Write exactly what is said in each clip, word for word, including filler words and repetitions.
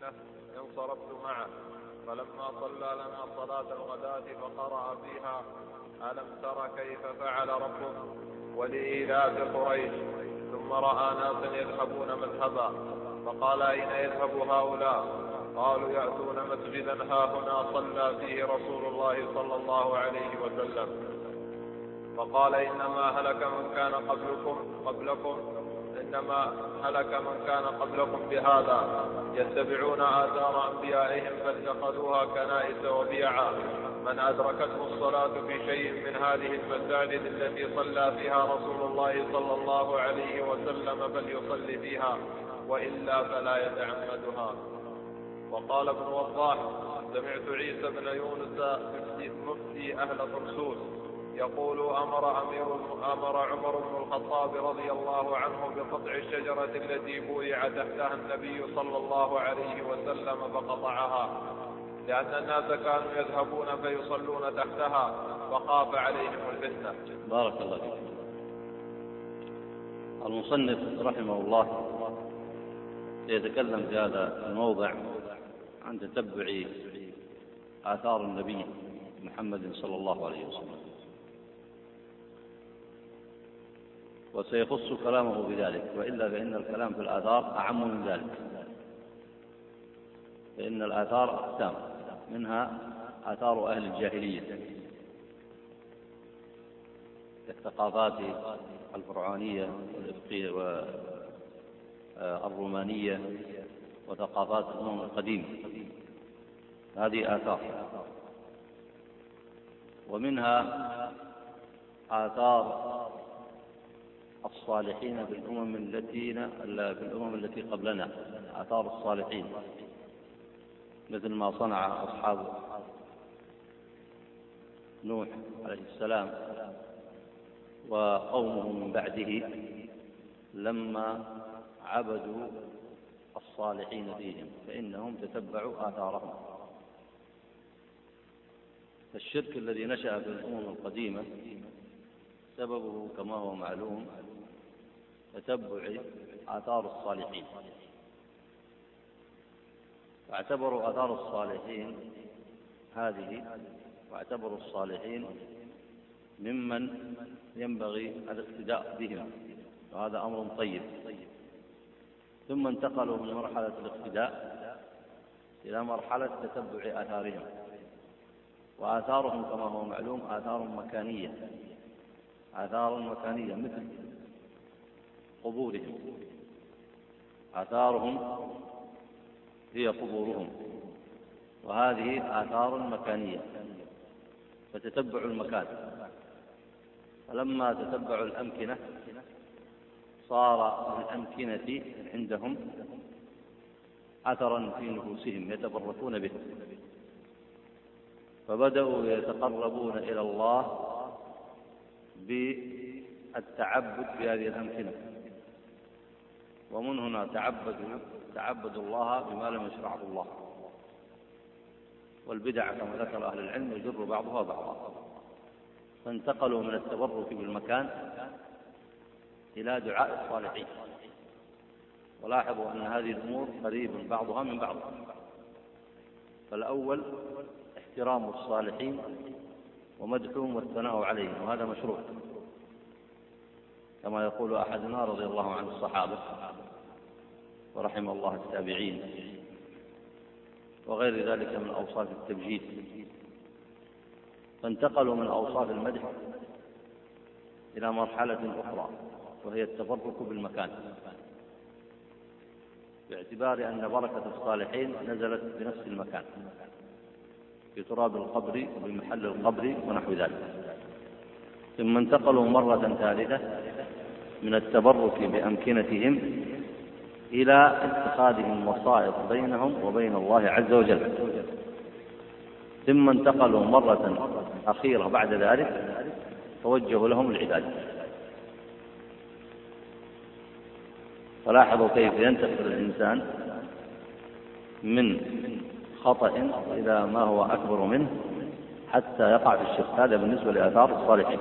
المدينة انصرفت معه، فلما صلى لنا صلاة الغداة فقرأ فيها: ألم تر كيف فعل ربك ولإيلاف قريش. ثم رأى ناسا يذهبون مذهبا فقال: أين يذهب هؤلاء؟ قالوا: يأتون مسجدا هاهنا صلى فيه رسول الله صلى الله عليه وسلم. فقال: إنما هلك من كان قبلكم قبلكم إنما هلك من كان قبلكم بهذا، يتبعون آثار أنبيائهم فاتخذوها كنائس وبيعا. من أدركته الصلاة في شيء من هذه المساجد التي صلى فيها رسول الله صلى الله عليه وسلم فليصلي فيها، وإلا فلا يتعمدها. وقال ابن وضاح: سمعت عيسى بن يونس مفتي أهل طرسوس يقول: أمر, أمير أمر عمر بن الخطاب رضي الله عنه بقطع الشجرة التي بويع تحتها النبي صلى الله عليه وسلم فقطعها، لأن الناس كانوا يذهبون فيصلون تحتها فخاف عليهم الفتنة. بارك الله فيك. المصنف رحمه الله يتكلم في هذا الموضع عن تتبع آثار النبي محمد صلى الله عليه وسلم، وسيخص كلامه بذلك، وإلا فإن الكلام في الآثار أعم من ذلك، فإن الآثار أقسام، منها آثار أهل الجاهلية كالثقافات الفرعونية والرومانية وثقافات الأمم القديمة، هذه آثار. ومنها آثار الصالحين في الأمم التي في الأمم التي قبلنا، آثار الصالحين، مثل ما صنع أصحاب نوح عليه السلام وقومه من بعده لما عبدوا الصالحين فيهم، فإنهم تتبعوا آثارهم. فالشرك الذي نشأ في الأمم القديمة سببه كما هو معلوم تتبع آثار الصالحين، فاعتبروا آثار الصالحين هذه واعتبروا الصالحين ممن ينبغي الاقتداء بهم، وهذا أمر طيب. ثم انتقلوا من مرحلة الاقتداء إلى مرحلة تتبع آثارهم، وآثارهم كما هو معلوم آثار مكانية، آثار مكانية مثل قبورهم، آثارهم هي قبورهم، وهذه آثار مكانية، فتتبعوا المكان. فلما تتبعوا الأمكنة صار الأمكنة عندهم أثرا في نفوسهم يتبركون به، فبدأوا يتقربون إلى الله بالتعبد بهذه الأمكنة، ومن هنا تعبدوا تعبدوا الله بما لم يشرعه الله. والبدع كما ذكر أهل العلم يجر بعضها بعضا، فانتقلوا من التبرك بالمكان إلى دعاء الصالحين. ولاحظوا أن هذه الأمور قريب بعضها من بعض. فالأول احترام الصالحين ومدحهم والثناء عليهم، وهذا مشروع كما يقول أحدنا رضي الله عن الصحابة ورحم الله التابعين وغير ذلك من أوصاف التبجيل. فانتقلوا من أوصاف المدح إلى مرحلة أخرى، وهي التبرك بالمكان، باعتبار أن بركة الصالحين نزلت بنفس المكان في تراب القبر وبمحل القبر ونحو ذلك. ثم انتقلوا مرة ثالثة من التبرك بأمكنتهم إلى اتخاذهم وسائط بينهم وبين الله عز وجل. ثم انتقلوا مرة أخيرة بعد ذلك فوجهوا لهم العبادة. فلاحظوا كيف ينتقل الإنسان من خطأ إلى ما هو أكبر منه حتى يقع في الشرك. هذا بالنسبة لآثار الصالحين.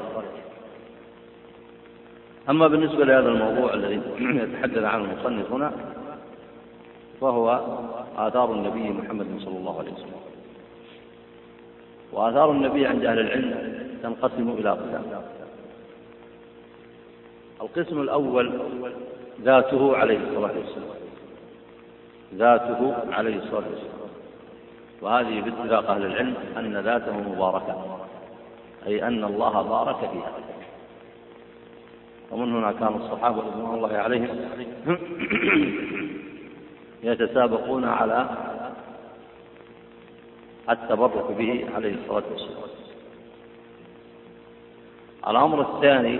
أما بالنسبة لهذا الموضوع الذي يتحدث عنه المصنف هنا، وهو آثار النبي محمد صلى الله عليه وسلم. وآثار النبي عند أهل العلم تنقسم إلى أقسام. القسم الأول ذاته عليه الصلاة والسلام، ذاته عليه الصلاة والسلام، وهذه باتفاق أهل العلم أن ذاته مباركة، أي أن الله بارك فيها. ومن هنا كان الصحابة رضوان الله عليهم يتسابقون على التبرك به عليه الصلاة والسلام. الأمر الثاني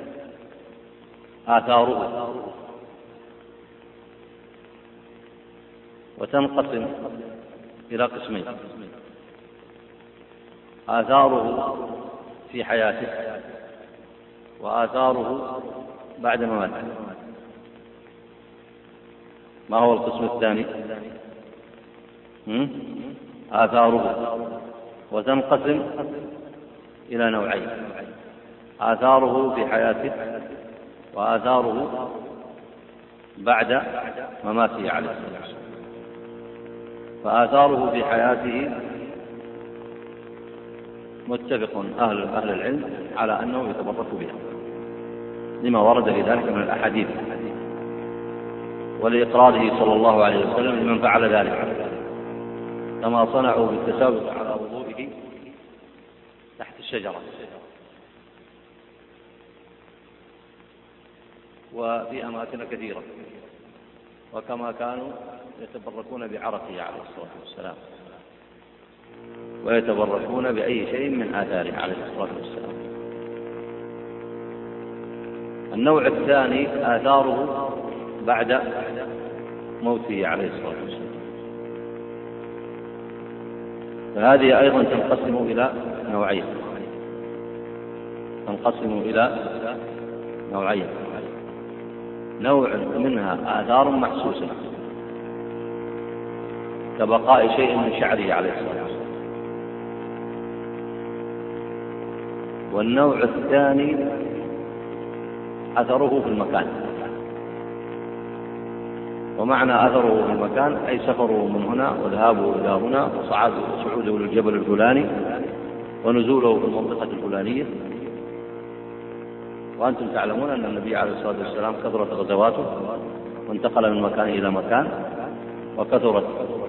آثاره، وتنقسم إلى قسمين: آثاره في حياته، وآثاره بعد مماته. ما هو القسم الثاني؟ آثاره، وتنقسم إلى نوعين: آثاره في حياته، وآثاره بعد مماته عليه الصلاة والسلام. فآثاره في حياته متفق أهل أهل العلم على أنه يتبرك بها لما ورد في ذلك من الأحاديث، ولإقراره صلى الله عليه وسلم لمن فعل ذلك، كما صنعوا بالتسابق على وضوئه تحت الشجرة، وفي أماكن كثيرة، وكما كانوا يتبركون بعرقه عليه الصلاة والسلام، ويتبركون بأي شيء من آثاره عليه الصلاة والسلام. النوع الثاني آثاره بعد موته عليه الصلاة والسلام، فهذه أيضا تنقسم إلى نوعين تنقسم إلى نوعين نوع منها آثار محسوسة كبقاء شيء من شعره عليه الصلاة والسلام، والنوع الثاني أثره في المكان. ومعنى أثره في المكان أي سفره من هنا وذهابه إلى هنا وصعوده للجبل الفلاني ونزوله في المنطقة الفلانية. وأنتم تعلمون أن النبي عليه الصلاة والسلام كثرت غزواته وانتقل من مكان إلى مكان، وكثرت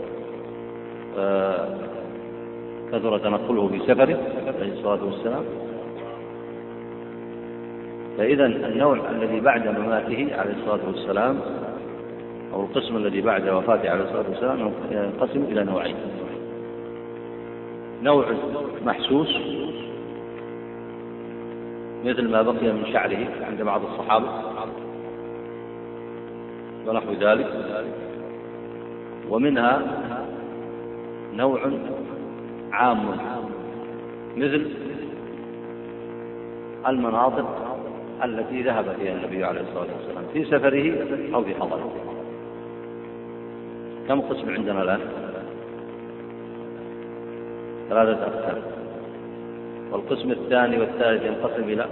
آه كثر تنقله في سفره عليه الصلاة والسلام. فإذا النوع الذي بعد مماته عليه الصلاة والسلام، أو القسم الذي بعد وفاته عليه الصلاة والسلام، ينقسم إلى نوعين: نوع محسوس مثل ما بقي من شعره عند بعض الصحابة ونحو ذلك، ومنها نوع عام مثل المناطق التي ذهب فيها النبي عليه الصلاة والسلام في سفره أو في حضره. كم قسم عندنا الآن؟ ثلاثة أقسام. والقسم الثاني والثالث ينقسم إلى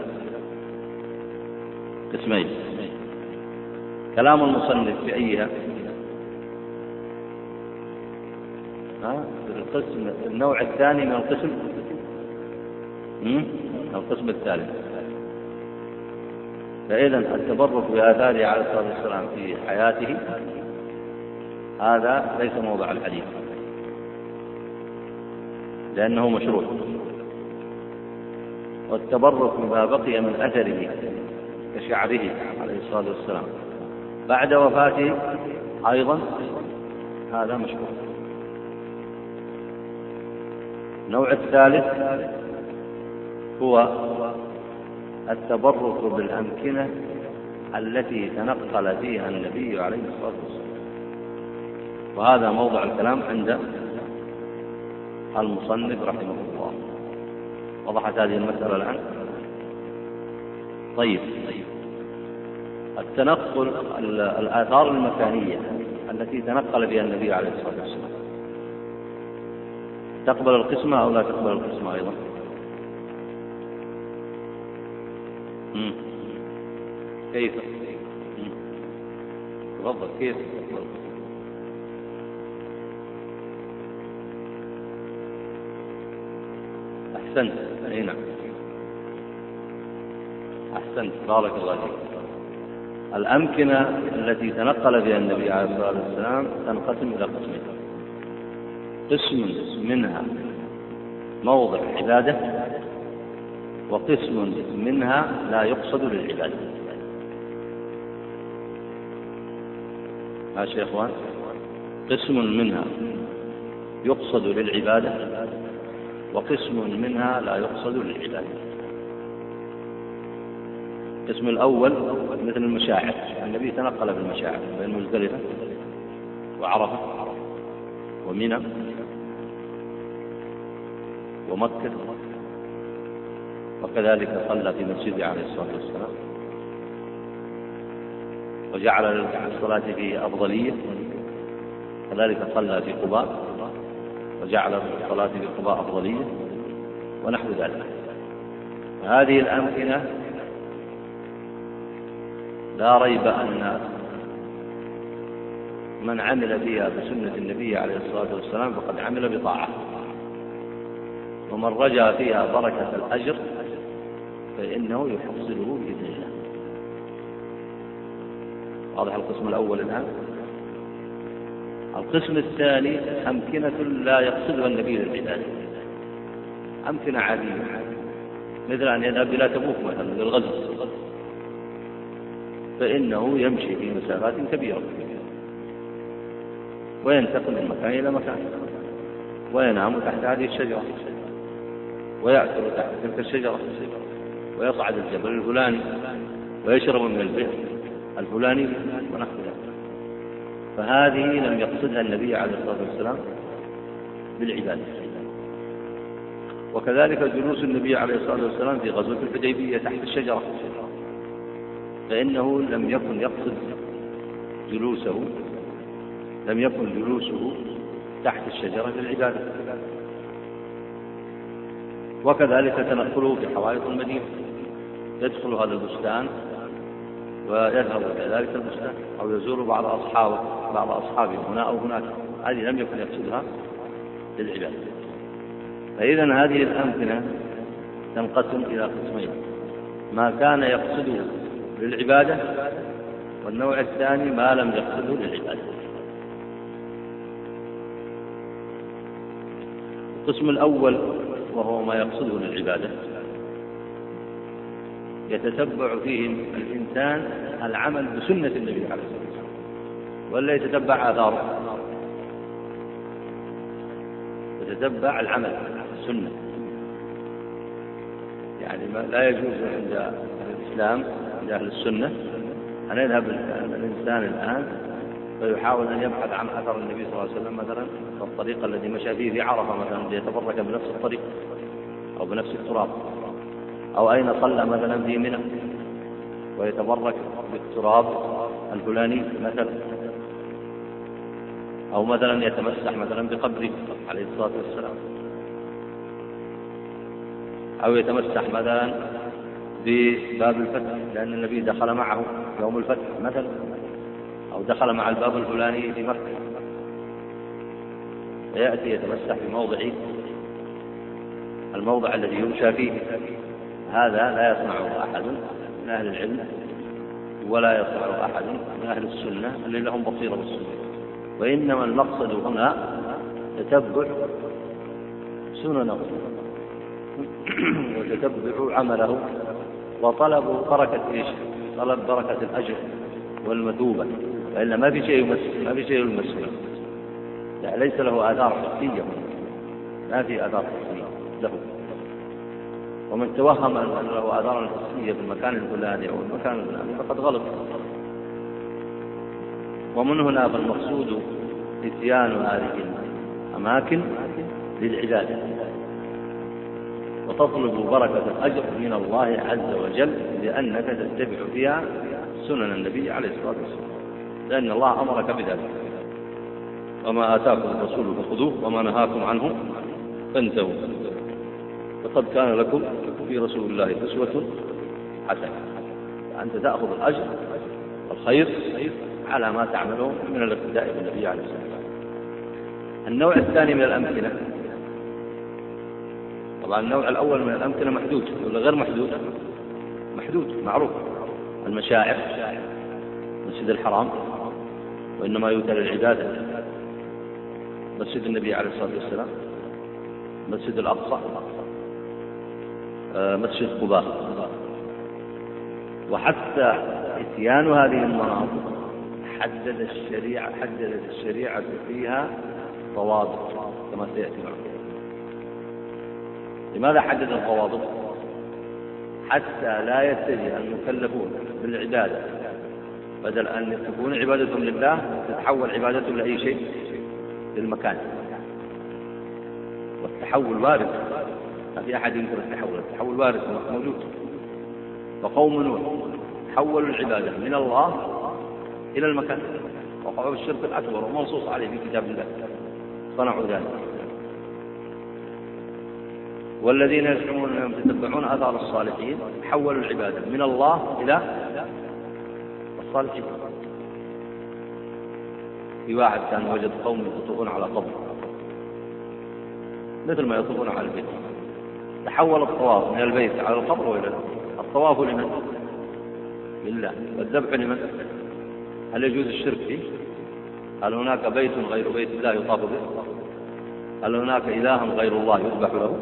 قسمين. كلام المصنف في أيها؟ ها؟ القسم النوع الثاني من القسم القسم الثالث. فإذا التبرك بآثاره عليه الصلاة والسلام في حياته هذا ليس موضع الحديث، لأنه مشروع. والتبرك بما بقي من أثره كشعره عليه الصلاة والسلام بعد وفاته أيضا هذا مشروع. النوع الثالث هو التبرك بالأمكنة التي تنقل فيها النبي عليه الصلاة والسلام، وهذا موضع الكلام عند المصنف رحمه الله. وضحت هذه المسألة الآن؟ طيب، التنقل الآثار المكانية التي تنقل بها النبي عليه الصلاة والسلام تقبل القسمة أو لا تقبل القسمة أيضا؟ مم. كيف؟ تفضل. كيف؟ أحسنت. أي نعم، أحسنت، بارك الله فيك. الأمكنة التي تنقل بها النبي عليه الصلاة والسلام تنقسم إلى قسمين: قسم منها موضع عبادة، وقسم منها لا يقصد للعبادة. ماشي يا إخوان؟ قسم منها يقصد للعبادة، وقسم منها لا يقصد للعبادة. القسم الأول مثل المشاعر، النبي تنقل بالمشاعر بين مزدلفة وعرفة ومنى ومكة، وكذلك صلى في مسجده عليه الصلاة والسلام، وجعل للصلاة فيه أفضلية، كذلك صلى في قباء وجعل للصلاة في قباء أفضلية ونحو ذلك. هذه الأمكنة لا ريب أن من عمل فيها بسنة النبي عليه الصلاة والسلام فقد عمل بطاعة، ومن رجا فيها بركة الأجر فإنه يحصله بإذن الله. واضح القسم الأول الآن. القسم الثاني أمكنة لا يقصدها النبي للعبادة، أمكنة عادية مثل أن يذهب إلى تبوك مثلا للغزو، فإنه يمشي في مسافات كبيرة وينتقل من مكان إلى مكان، وينام تحت هذه الشجرة ويأكل تحت تلك الشجرة، ويصعد الجبل الفلاني ويشرب من البئر الفلاني ونحو ذلك. فهذه لم يقصدها النبي عليه الصلاة والسلام بالعبادة. وكذلك جلوس النبي عليه الصلاة والسلام في غزوة الحديبية تحت الشجرة، فإنه لم يكن يقصد جلوسه لم يكن جلوسه تحت الشجرة للعبادة. وكذلك تنقله في حوائط المدينة، يدخل هذا البستان ويذهب إلى ذلك البستان، أو يزور بعض أصحابه بعض أصحابه هنا أو هناك، هذه لم يكن يقصدها للعبادة. فإذا هذه الأمكنة تنقسم إلى قسمين: ما كان يقصده للعبادة، والنوع الثاني ما لم يقصده للعبادة. القسم الأول وهو ما يقصده للعبادة يتتبع فيه الإنسان العمل بسنة النبي عليه الصلاة والسلام، ولا يتتبع آثاره، يتتبع العمل السنة. يعني لا يجوز عند الإسلام عند أهل السنة أن يذهب الإنسان الآن فيحاول أن يبحث عن أثر النبي صلى الله عليه وسلم مثلا الطريق الذي مشى فيه في عرفة مثلا ليتبرك بنفس الطريق أو بنفس التراب، أو أين صلى مثلا في منى ويتبرك بالتراب الفلاني مثلا، أو مثلا يتمسح مثلا بقبره عليه الصلاة والسلام، أو يتمسح مثلا بباب الفتح لأن النبي دخل معه يوم الفتح مثلا، أو دخل مع الباب الفلاني في مكة، فيأتي يتمسح بموضع الموضع الذي يمشى فيه. هذا لا يصنعه أحد من أهل العلم، ولا يصنعه أحد من أهل السنة اللي لهم بصيرة بالسنة، وإنما المقصد هنا تتبع سننه وتتبع عمله وطلب بركة إيش؟ طلب بركة الأجر والمثوبة، وإلا ما في شيء يمثل ما في شيء يمثل لا، ليس له آثار حسية، ما في آثار حسية له. ومن توهم أن له آثار حسية في المكان الفلاني أو المكان الفلاني فقد غلط. ومن هنا فالمقصود اتيان هذه الأماكن للعبادة، وتطلب بركة الأجر من الله عز وجل لأنك تتبع فيها سنن النبي عليه الصلاة والسلام، لأن الله أمرك بذلك: وما آتاكم الرسول فخذوه وما نهاكم عنه فانتهوا، فقد كان لكم في رسول الله أسوة حسنة. فأنت تأخذ الأجر والخير على ما تعمله من الاقتداء بالنبي عليه الصلاة والسلام. النوع الثاني من الأمثلة طبعا النوع الأول من الأمكنة محدود ولا غير محدود؟ محدود معروف. المشاعر مسجد الحرام وإنما يؤتى للعبادة، مسجد النبي عليه الصلاة والسلام، مسجد الأقصى، مسجد قباء. وحتى إتيان هذه المناطق حدد الشريعة حددت الشريعة فيها ضوابط كما سيأتي معكم. لماذا حدد الضوابط؟ حتى لا يتجه المكلفون بالعبادة بدل أن تكون عبادتهم لله تتحول عبادتهم لأي شيء، للمكان. والتحول وارد، ما في أحد ينكر التحول، التحول وارد موجود. وقوم نوح حولوا العبادة من الله إلى المكان، وقعوا بالشرك الأكبر ومنصوص عليه في كتاب الله، صنعوا ذلك. والذين يزعمون أنهم يتبعون آثار الصالحين حولوا العبادة من الله إلى الصالحين. في واحد كان وجد قوم يطوفون على قبر مثل ما يطوفون على البيت، تحول الطواف من البيت على القبر وإلى الطواف لمن؟ لله. والذبح لمن؟ هل يجوز الشرك فيه؟ هل هناك بيت غير بيت الله يطاف به؟ هل هناك إله غير الله يذبح له؟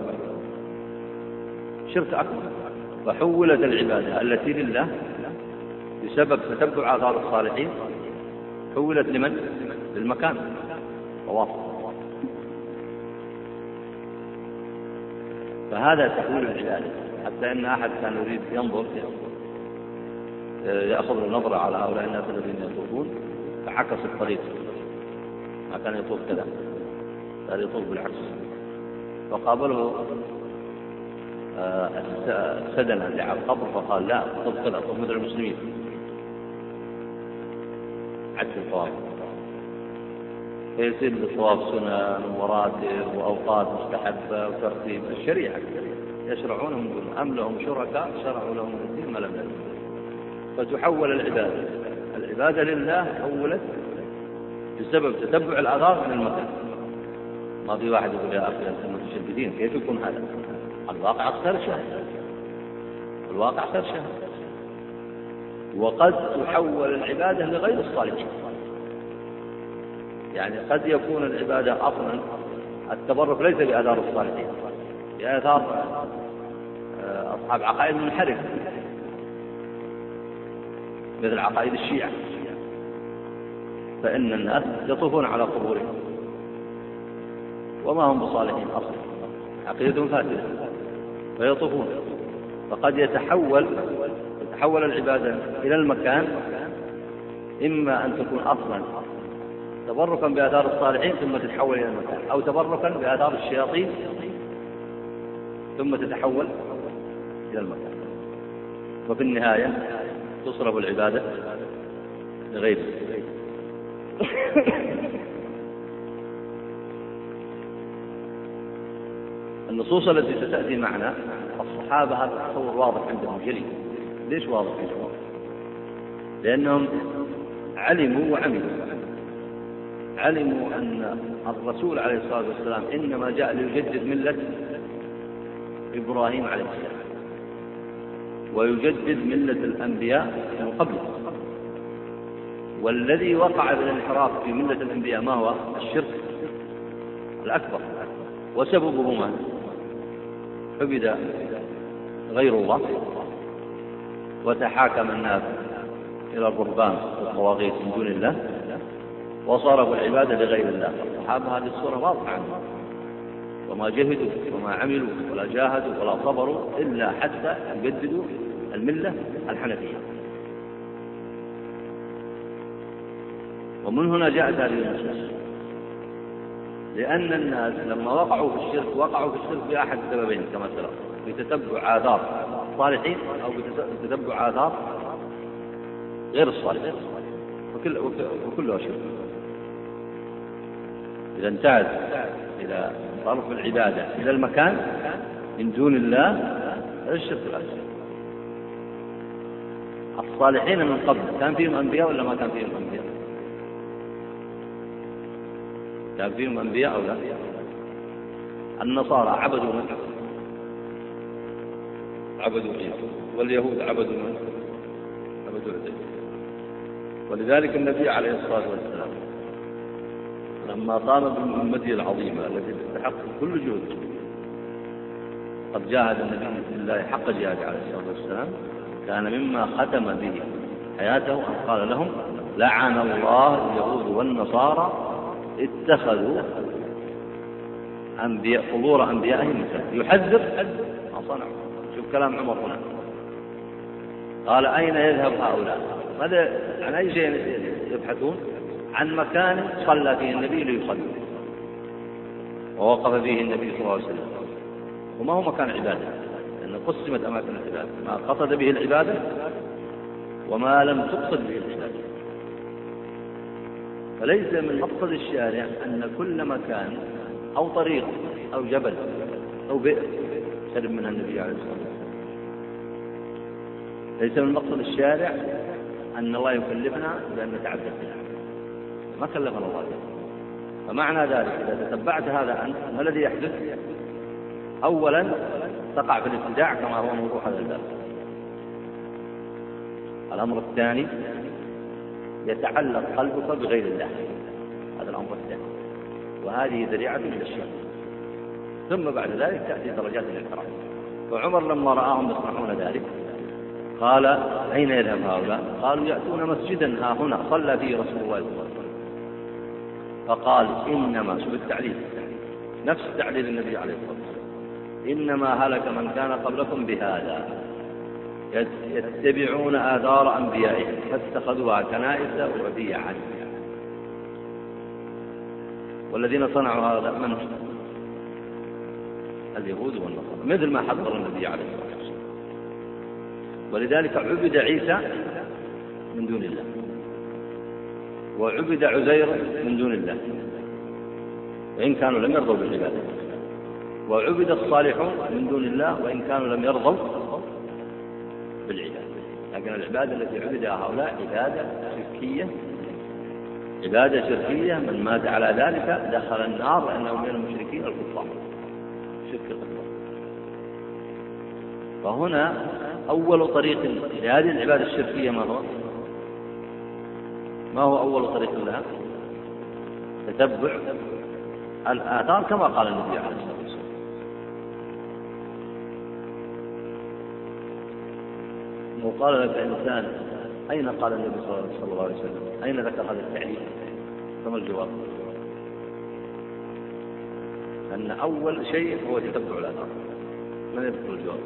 شرك أكبر. فحولت العبادة التي لله بسبب تتبع آثار الصالحين حولت لمن؟ للمكان، طواف. فهذا تحويل العبادة. حتى أن أحد كان يريد ينظر يأخذ النظرة على هؤلاء الناس الذين يطوفون فعكس الطريق، ما كان يطوف كذا، كان يطوف بالعكس. فقابله السدنة اللي على القبر فقال لا، طوف كذا، طوف مثل المسلمين، عكس الطواف. فيصير للطواف سنن ومراتب وأوقات مستحبة وترتيب الشريعة يشرعون من دون أم لهم شركاء شرعوا لهم من الدين ما لم يكن. فتحول العبادة العبادة لله حولت بسبب تتبع الآثار من المكان. ما في واحد يقول يا أخي أنتم متشددين، كيف يكون هذا؟ الواقع أكثر شهر، الواقع أكثر شهر. وقد تحول العبادة لغير الصالحين. يعني قد يكون العبادة أصلا التبرك ليس بآثار الصالحين، بآثار أصحاب عقائد منحرفة مثل عقائد الشيعة، فإن الناس يطوفون على قبورهم وما هم بصالحين أصلا، عقيدتهم فاسدة فيطوفون. فقد يتحول تتحول العبادة إلى المكان، إما أن تكون أصلا تبركا بآثار الصالحين ثم تتحول إلى المكان، أو تبركا بآثار الشياطين ثم تتحول إلى المكان. وفي النهاية تصرف العبادة لغيره. النصوص التي ستأتي معنا الصحابة هذا التصور واضح عندهم جلي. ليش واضح عندهم؟ لأنهم علموا وعملوا علموا أن الرسول عليه الصلاة والسلام إنما جاء ليجدد ملة إبراهيم عليه السلام ويجدد ملة الأنبياء من قبله. والذي وقع بالانحراف في ملة الأنبياء ما هو؟ الشرك الأكبر. وسببه ما؟ عبد غير الله وتحاكم الناس إلى الرهبان والطواغيت من دون الله وصرفوا العبادة لغير الله. الصحابة هذه الصورة واضحة عنهم، وما جهدوا وما عملوا ولا جاهدوا ولا صبروا إلا حتى يجددوا الملة الحنفية. ومن هنا جاءت هذه النصوص، لأن الناس لما وقعوا في الشرك وقعوا في الشرك بأحد سببين كما ترى، بتتبع آثار الصالحين أو بتتبع آثار غير الصالحين، وكل وكلها شرك. إذا انتهت إلى صرف العبادة إلى المكان من دون الله هذا الشرك الأكبر. الصالحين من قبل كان فيهم أنبياء ولا ما كان فيهم أنبياء؟ كان فيهم أنبياء أو لا؟ النصارى عبدوا من؟ عبدوا عيسى، واليهود عبدوا من؟ عبدوا عزيز. ولذلك النبي عليه الصلاة والسلام لما قام بالمهمة العظيمة التي تستحق كل جهد، قد جاهد النبي بالله حق جهاده عليه الصلاة والسلام، كان مما ختم به حياته أن قال لهم: لعن الله اليهود والنصارى اتخذوا أنبياء قبور أنبيائهم مساجد. يحذر ما صنعوا. شوف كلام عمر هنا، قال: أين يذهب هؤلاء؟ ماذا عن أي شيء يبحثون؟ عن مكان صلى فيه النبي ليصلي ووقف فيه النبي صلى الله عليه وسلم، وما هو مكان عبادة، لأن قسمت أماكن العبادة: ما قصد به العبادة وما لم تقصد به العبادة. فليس من مقصد الشارع أن كل مكان أو طريق أو جبل أو بئر شرب منها النبي عليه الصلاة والسلام. ليس من مقصد الشارع أن الله يكلفنا بأن نتعبد بها، ما كلفنا الله بها. فمعنى ذلك إذا تتبعت هذا أنت، ما الذي يحدث؟ أولا تقع في الابتداع كما هو موضوع هذا الباب. الأمر الثاني يتعلق قلبك بغير الله، هذا الأمر الثاني، وهذه ذريعة إلى الشرك. ثم بعد ذلك تأتي درجات الانحراف. فعمر لما رآهم يصنعون ذلك قال: أين يذهب هؤلاء؟ قالوا: يأتون مسجدا ها هنا صلى فيه رسول الله صلى الله عليه وسلم. فقال: إنما، شوف التعليل، نفس تعليل النبي عليه الصلاة والسلام: إنما هلك من كان قبلكم بهذا، يتبعون آثار أنبيائهم فاتخذوها كنائس وبيعا. والذين صنعوا هذا من؟ اليهود والنصارى، مثل ما حذر النبي عليه الصلاة والسلام. ولذلك عبد عيسى من دون الله، وعبد عزير من دون الله وإن كانوا لم يرضوا بالعبادة، وعبد الصالحون من دون الله وإن كانوا لم يرضوا بالعبادة. لكن العبادة التي عبدها هؤلاء عبادة شركية، عبادة شركية، من مات على ذلك دخل النار لأنه من المشركين الكفار، شرك الكفار. فهنا أول طريق لهذه العبادة الشركية ما هو؟ ما هو أول طريق لها؟ تتبع الآثار كما قال النبي عليه الصلاة والسلام. لو قال لك إنسان: أين قال النبي صلى الله عليه وسلم؟ أين ذكر هذا التعليم؟ فما الجواب؟ أن أول شيء هو تتبع الآثار. من يذكر الجواب؟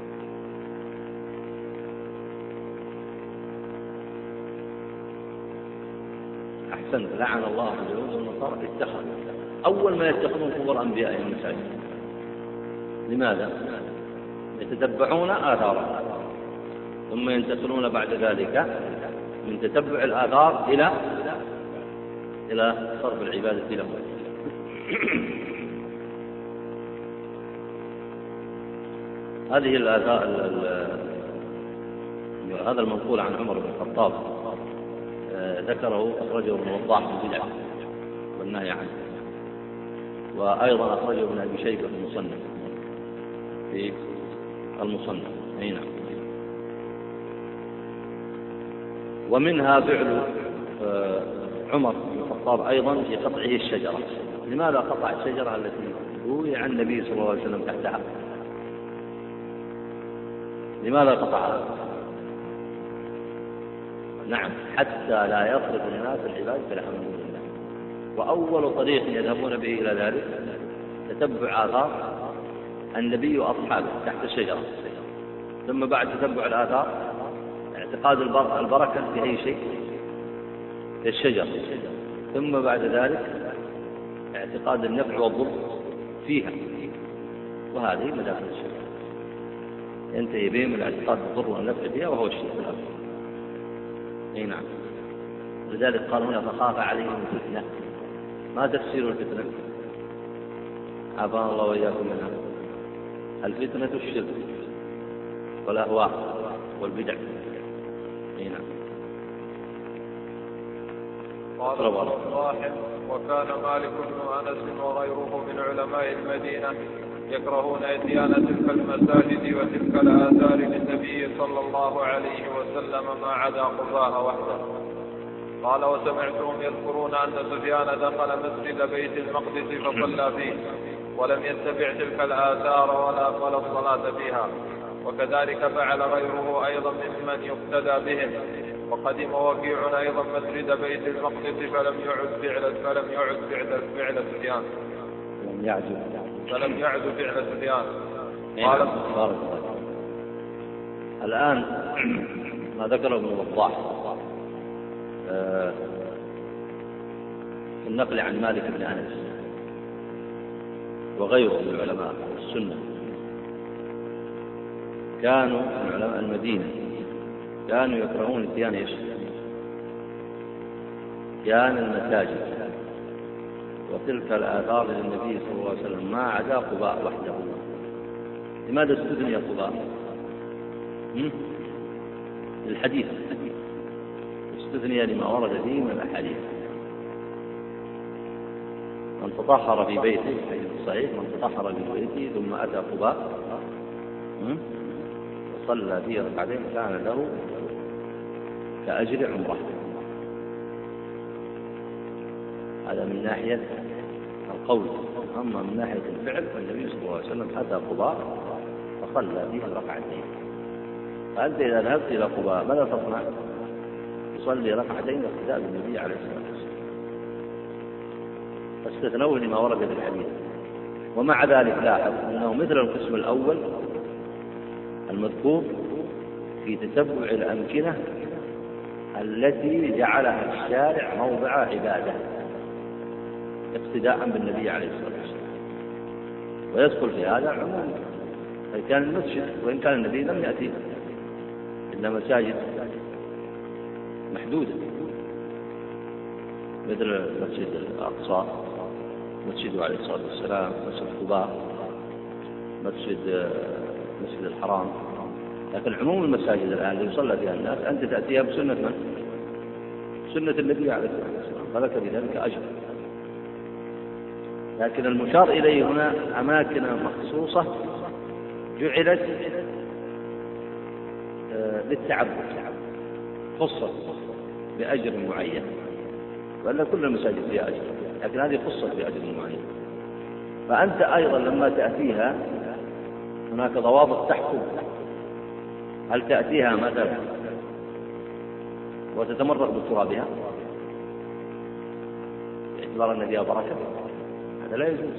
أحسنت. لعن الله اليهود والنصارى اتخذوا، أول ما يتخذون قبور أنبيائهم مساجد. لماذا؟ يتتبعون آثارهم، ثم ينتقلون بعد ذلك من تتبع الآثار إلى إلى صرف العبادة لهم. هذه الآثار، هذا المنقول عن عمر بن الخطاب ذكره أخرجه ابن وضاح في البدع والنهي عنه، وأيضا أخرجه ابن أبي شيبة في المصنف في المصنف. أي نعم. ومنها فعل عمر بن الخطاب أيضا في قطعه الشجرة. لماذا قطع الشجرة التي روي عن النبي صلى الله عليه وسلم تحتها؟ لماذا قطعها؟ نعم، حتى لا يصرف الناس العباد فلحمد الله. وأول طريق يذهبون به إلى ذلك تتبع آثار النبي وأصحابه تحت الشجرة، ثم بعد تتبع الآثار اعتقاد البركة في أي شيء في الشجرة، ثم بعد ذلك اعتقاد النفع والضر فيها، وهذه مداخل الشرك ينتهي بهم الاعتقاد الضر والنفع فيها وهو الشرك الأكبر. اي نعم. لذلك قال هنا: فخاف عليهم الفتنة. ما تفسير الفتنة؟ عافانا الله وإياكم منها. الفتنة الشرك والأهواء والبدع. اي نعم. قال الصاحب: وكان مالك بن أنس وغيره من علماء المدينة يكرهون إتيان تلك المساجد وتلك الآثار للنبي صلى الله عليه وسلم ما عدا قباء وحده. قال وسمعتهم يذكرون أن سفيان دخل مسجد بيت المقدس فصلى فيه ولم يتبع تلك الآثار ولا ولا الصلاة فيها، وكذلك فعل غيره أيضا ممن يقتدى بهم. وقدم وكيع أيضا مسجد بيت المقدس فلم يعد فعل فلم يعد فعل فعل سفيان لم يعد فلم يعد فعل سفيان. قال الآن ما ذكره ابن وضاح في النقل عن مالك بن أنس وغيره من علماء السنة، كانوا من علماء المدينة كانوا يكرهون اتيان ايش؟ اتيان المساجد وتلك الآثار للنبي صلى الله عليه وسلم ما عدا قباء وحده. لماذا استثني قباء؟ الحديث استثني لما ورد فيه من الأحاديث. من تطهر في بيته في الصحيح من تطهر في بيته ثم أتى قباء وصلى فيه ركعتين كان له كأجر عمره. هذا من ناحية القول. أما من ناحية الفعل فالنبي صلى الله عليه وسلم أتى قباء فصلى فيه ركعتين. فأنت إذا ذهبت إلى قباء ماذا تصنع؟ تصلي ركعتين اقتداء بالنبي عليه الصلاة والسلام. فاستثنوه لما ورد في الحديث. ومع ذلك لاحظ أنه مثل القسم الأول المذكور في تتبع الأمكنة التي جعلها الشارع موضع عبادة اقتداء بالنبي عليه الصلاة والسلام، ويدخل في هذا عموم. فكان المسجد وإن كان النبي لم يأتي إلا مساجد محدودة مثل مسجد الأقصى، مسجد عليه الصلاة والسلام، مسجد قباء، مسجد مسجد الحرام. لكن عموم المساجد الآن اللي يصلى فيها الناس أنت تأتيها بسنة من؟ سنة النبي عليه الصلاة والسلام، فلك بذلك أجر. لكن المشار إليه هنا أماكن مخصوصة جعلت للتعبد خصت بأجر معين، وأن كل المساجد فيها أجر، لكن هذه خصت بأجر معين. فأنت أيضا لما تأتيها هناك ضوابط تحكم. هل تأتيها مثلا وتتمرغ بترابها باعتبار أن فيها بركة؟ هذا لا يجوز.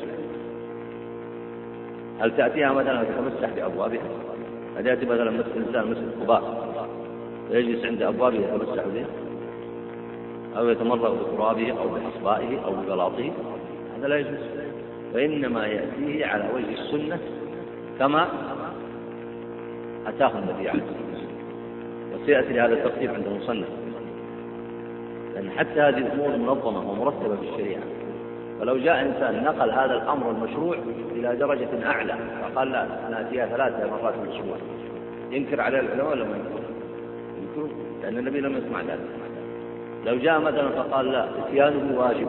هل تأتيها مثلا وتتمسح بأبوابها؟ هل يأتي مثلا مثل إنسان مثل قباء ويجلس عند أبوابه يتمسح بها أو يتمرغ بترابه أو بحصبائه أو ببلاطه؟ هذا لا يجوز. وإنما يأتيه على وجه السنة كما أتاه النبي عليه الصلاة والسلام. وسيأتي لهذا الترتيب عند المصنف، لأن حتى هذه الأمور منظمة ومرتبة في الشريعة. فلو جاء إنسان نقل هذا الأمر المشروع إلى درجة أعلى فقال لا نأتيها ثلاثة مرات في الأسبوع، ينكر عليه العلماء ولا ما ينكرون؟ لأن النبي لم يسمع ذلك. لو جاء مثلا فقال لا اتيانه واجب،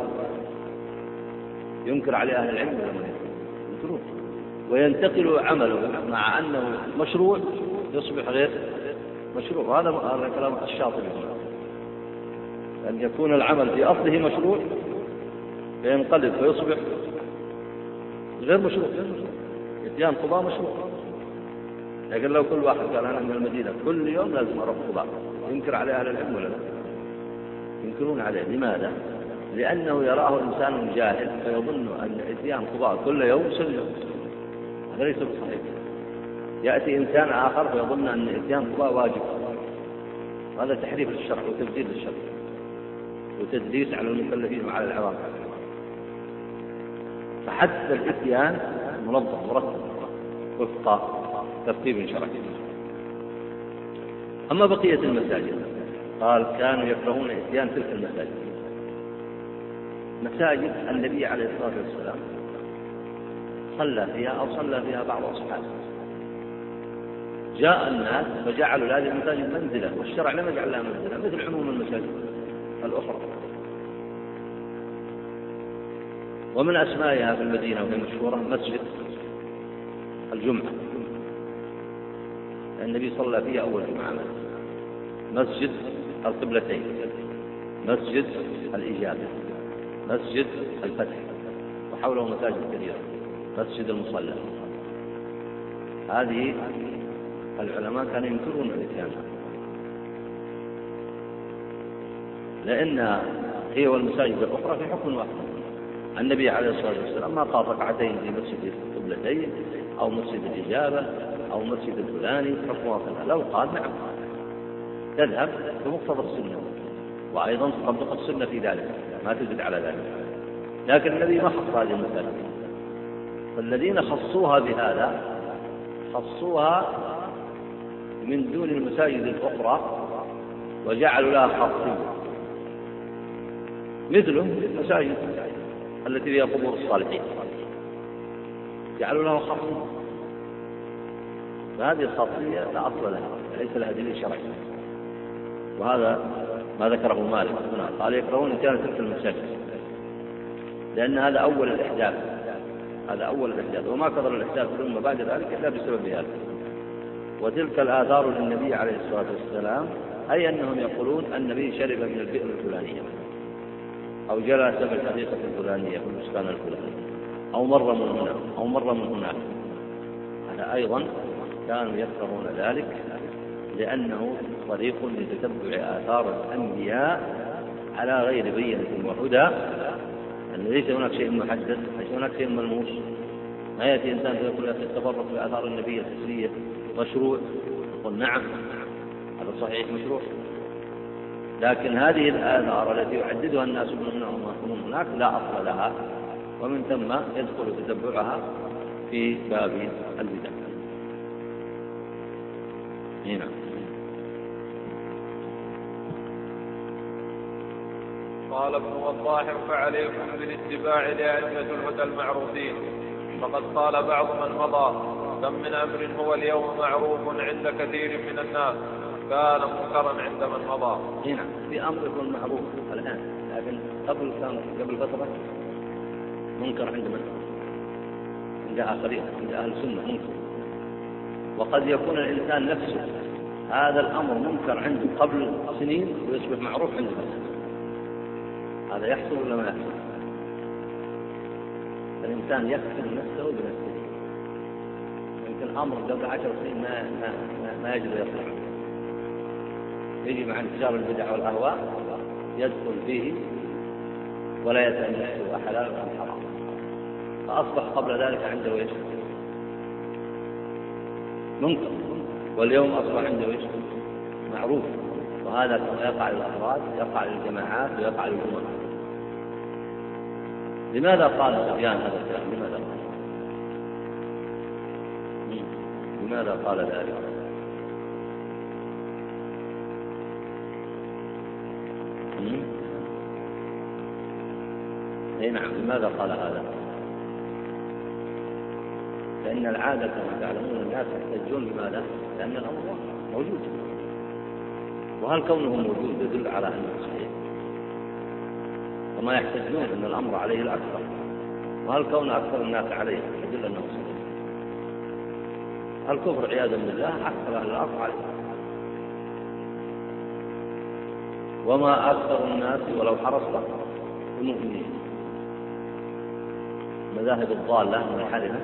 ينكر عليه أهل العلم ولا ما ينكرون؟ وينتقل عمله مع أنه مشروع يصبح غير مشروع. وهذا هذا كلام الشاطبي هنا، أن يكون العمل في أصله مشروع فينقلب فيصبح غير مشروع. اتيان قباء مشروع، لكن لو كل واحد قال أنا من المدينة كل يوم لازم أروح قباء، ينكر عليه أهل العلم ولا لا؟ ينكرون عليه. لماذا؟ لأنه يراه إنسان جاهل فيظن أن اتيان قباء كل يوم سنة. هذا ليس بصحيح. يأتي إنسان آخر فيظن أن اتيان قباء واجب. هذا تحريف للشرع وتبديل للشرع وتدليس على المكلفين وعلى العوام. فحتى الاتيان منظم مرتب وفق ترتيب شرعي. أما بقية المساجد قال كانوا يكرهون اتيان تلك المساجد، مساجد النبي عليه الصلاة والسلام صلى فيها أو صلى فيها بعض أصحابه. جاء الناس فجعلوا هذه المساجد منزلة، والشرع لم يجعل لها منزلة مثل عموم المساجد الأخرى. ومن أسمائها في المدينة وهي مشهورة مسجد الجمعة، النبي صلى فيها أول جمعة، مسجد القبلتين، مسجد الإجابة، مسجد الفتح، وحوله مساجد كثيرة، مسجد المصلى. هذه العلماء كانوا ينكرون الإتيان، لأن هي والمساجد الأخرى في حكم واحد. النبي عليه الصلاة والسلام ما قال ركعتين في مسجد القبلتين أو مسجد الإجابة أو مسجد الفلاني حكم واحد، لو قال نعم تذهب بمقتضى السنة، وأيضا تطبق السنة في ذلك، ما تزيد على ذلك. لكن النبي ما خص هذه المساجد، فالذين خصوها بهذا خصوها من دون المساجد الأخرى وجعلوا لها خاصية، مثل المساجد التي فيها قبور الصالحين جعلوا لها خاصية، فهذه الخاصية لا أصل لها، ليس لها دليل شرعي. وهذا ما ذكره مالك هنا، قال يكرهون إتيان تلك المساجد لأن هذا أول الإحداث، هذا أول الإحداث، وما كثر الإحداث ثم بعد ذلك إلا بسبب هذا. وتلك الآثار للنبي عليه الصلاة والسلام، أي أنهم يقولون النبي شرب من البئر الفلانية أو جلس في الحديقة الفلانية في البستان الفلاني أو مر من هنا أو مر من هناك، هذا أيضا كانوا يكرهون ذلك لأنه طريق لتتبع آثار الأنبياء على غير بينة وهدى، أن ليس هناك شيء محدد، ليس هناك شيء ملموس. ما يأتي إنسان فيقول يتبرك بآثار النبي الحسية مشروع، يقول نعم هذا صحيح مشروع، لكن هذه الآثار التي يعددها الناس من هنا ومن هناك لا أصل لها، ومن ثم يدخل تتبعها في باب البدع. هنا قال ابن وضاح فعليكم بالاتباع لأئمة الهدى المعروفين، فقد قال بعض من مضى كم من أمر هو اليوم معروف عند كثير من الناس كان منكرا عند من مضى. هنا في أمر يكون معروف الآن، لكن قبل كان قبل فترة منكر عند من؟ عند آخرين، عند أهل السنة منكر. وقد يكون الإنسان نفسه هذا الأمر منكر عنده قبل سنين ويصبح معروف عنده نفسه، هذا يحصل ولا ما يحصل؟ الإنسان يكفر نفسه بنفسه، يمكن أمر قبل عشر سنين ما ما ما يجب يصلح، يجي مع انتشار البدع والأهواء يدخل فيه ولا يسأل نفسه أحلال أم حرام، فأصبح قبل ذلك عنده ايش؟ منكر، واليوم أصبح عنده ايش؟ معروف. وهذا كما يقع للأفراد يقع للجماعات ويقع للأمم. لماذا قال سفيان هذا الكلام؟ لماذا قال؟ لماذا قال ذلك؟ اي نعم، لماذا قال هذا؟ لأن العادة كما تعلمون الناس يحتجون بماذا؟ لأن الأمر موجود، وهل كونه موجود يدل على أنه صحيح؟ وما يحتجون أن الأمر عليه الأكثر، وهل كون أكثر الناس عليه يدل أنه صحيح؟ الكفر عياذا بالله أكثر أهل الأرض عليه، وما أكثر الناس ولو حرصت المؤمنين. مذاهب الضالة المنحرفة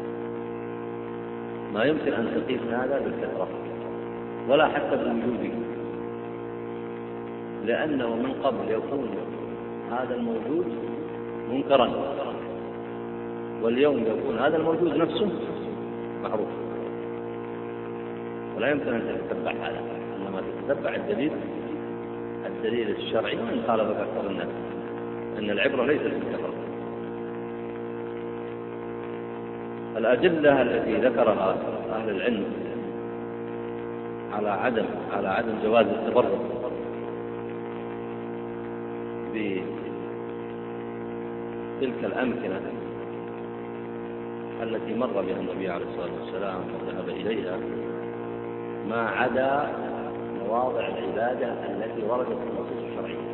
ما يمكن أن تقيس هذا بالكثرة ولا حتى بالوجود، لأنه من قبل يكون هذا الموجود منكرا، واليوم يكون هذا الموجود نفسه معروف، ولا يمكن أن تتبع هذا، إنما تتبع الدليل الدليل الشرعي وإن خالفك أكثر الناس، أن العبرة ليست بالكثرة. الأدلة التي ذكرها أهل العلم على عدم على عدم جواز التبرك بتلك الأمكنة التي مر بها النبي عليه الصلاة والسلام وذهب إليها ما عدا مواضع العبادة التي وردت في النصوص الشرعية.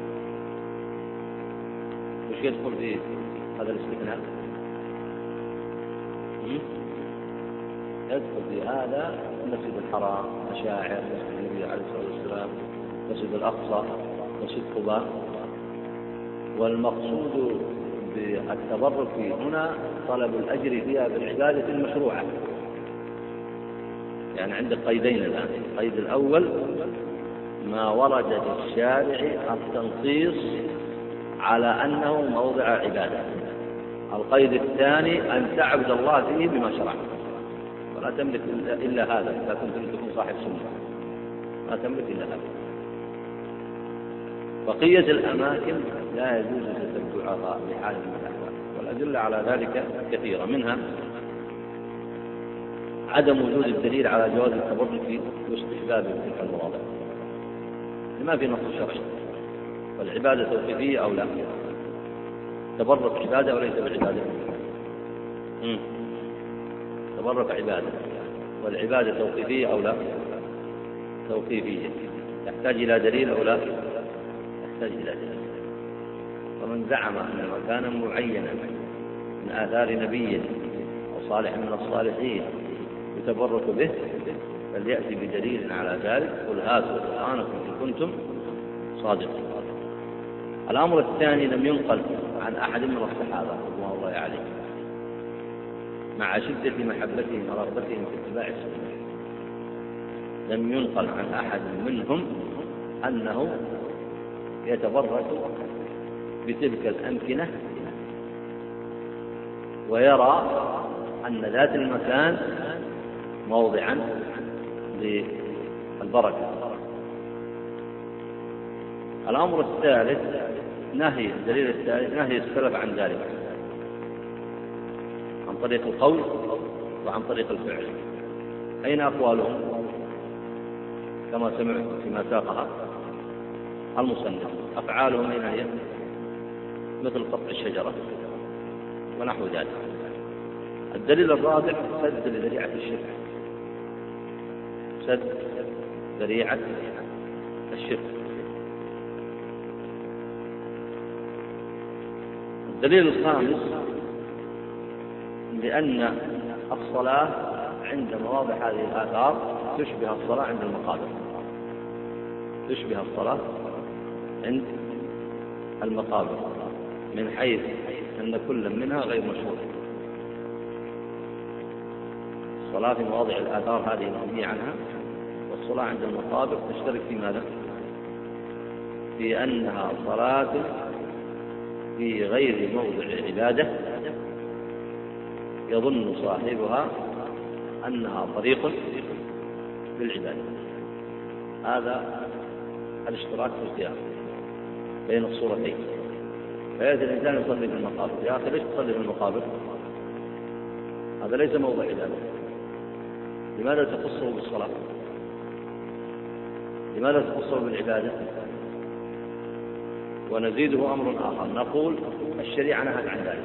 وش يدخل في هذا الاستثناء؟ يدخل في هذا المسجد الحرام، مشاعر، مسجد النبي عليه الصلاة والسلام، مسجد الأقصى، مسجد قباء. والمقصود بالتبرك هنا طلب الأجر فيها بالعبادة المشروعة. يعني عندك قيدين الآن. القيد الأول ما ورد في الشارع التنصيص على أنه موضع عبادة. القيد الثاني أن تعبد الله فيه بما شرع، ولا تملك إلا هذا. إذا كنت تكون صاحب سنة لا تملك إلا هذا. بقية الأماكن لا يجوز تتبعها بحال من الأحوال، والأدلة على ذلك كثيرة، منها عدم وجود الدليل على جواز التبرك واستحبابه في تلك المواضع، لما في نص شرعي. والعبادة توقيفية أو لا؟ تبرك عبادة وليس بعبادة؟ مم. تبرك عبادة، والعبادة توقيفية أو لا؟ توقيفية. تحتاج إلى دليل أو لا؟ تحتاج إلى دليل. ومن زعم أن مكانا معينا من آثار نبي أو صالح من الصالحين يتبرك به فليأتي بدليل على ذلك. قل هاتوا برهانكم إن كنتم صادقين. الأمر الثاني لم ينقل عن أحد من الصحابة رضوان الله عليهم مع شدة محبتهم ورغبتهم في اتباع السنة، لم ينقل عن أحد منهم أنه يتبرك بتلك الأمكنة ويرى أن ذات المكان موضعا للبركة. الأمر الثالث نهي الدليل الثالث نهي السلف عن ذلك عن طريق القول وعن طريق الفعل. أين أقوالهم؟ كما سمعت فيما ساقها المصنف. أفعالهم أين هي؟ مثل قطع الشجرة ونحو ذلك. الدليل الرابع سد لذريعة الشرك، سد ذريعة الشرك. الدليل الخامس لأن الصلاة عند مواضع هذه الآثار تشبه الصلاة عند المقابر، تشبه الصلاة عند المقابر من حيث أن كل منها غير مشروع. الصلاة في مواضع الآثار هذه المنهي عنها، والصلاة عند المقابر تشترك في ماذا؟ في أنها صلاة في غير موضع عبادة يظن صاحبها أنها طريق للعبادة. هذا الاشتراك في القيام بين الصورتين. فيأتي الإنسان يصلي في المقابر، يا أخي ليش تصلي في المقابر؟ هذا ليس موضع عبادة. لماذا تخصه بالصلاة؟ لماذا تخصه بالعبادة؟ ونزيده أمر آخر، نقول الشريعة نهت عن ذلك،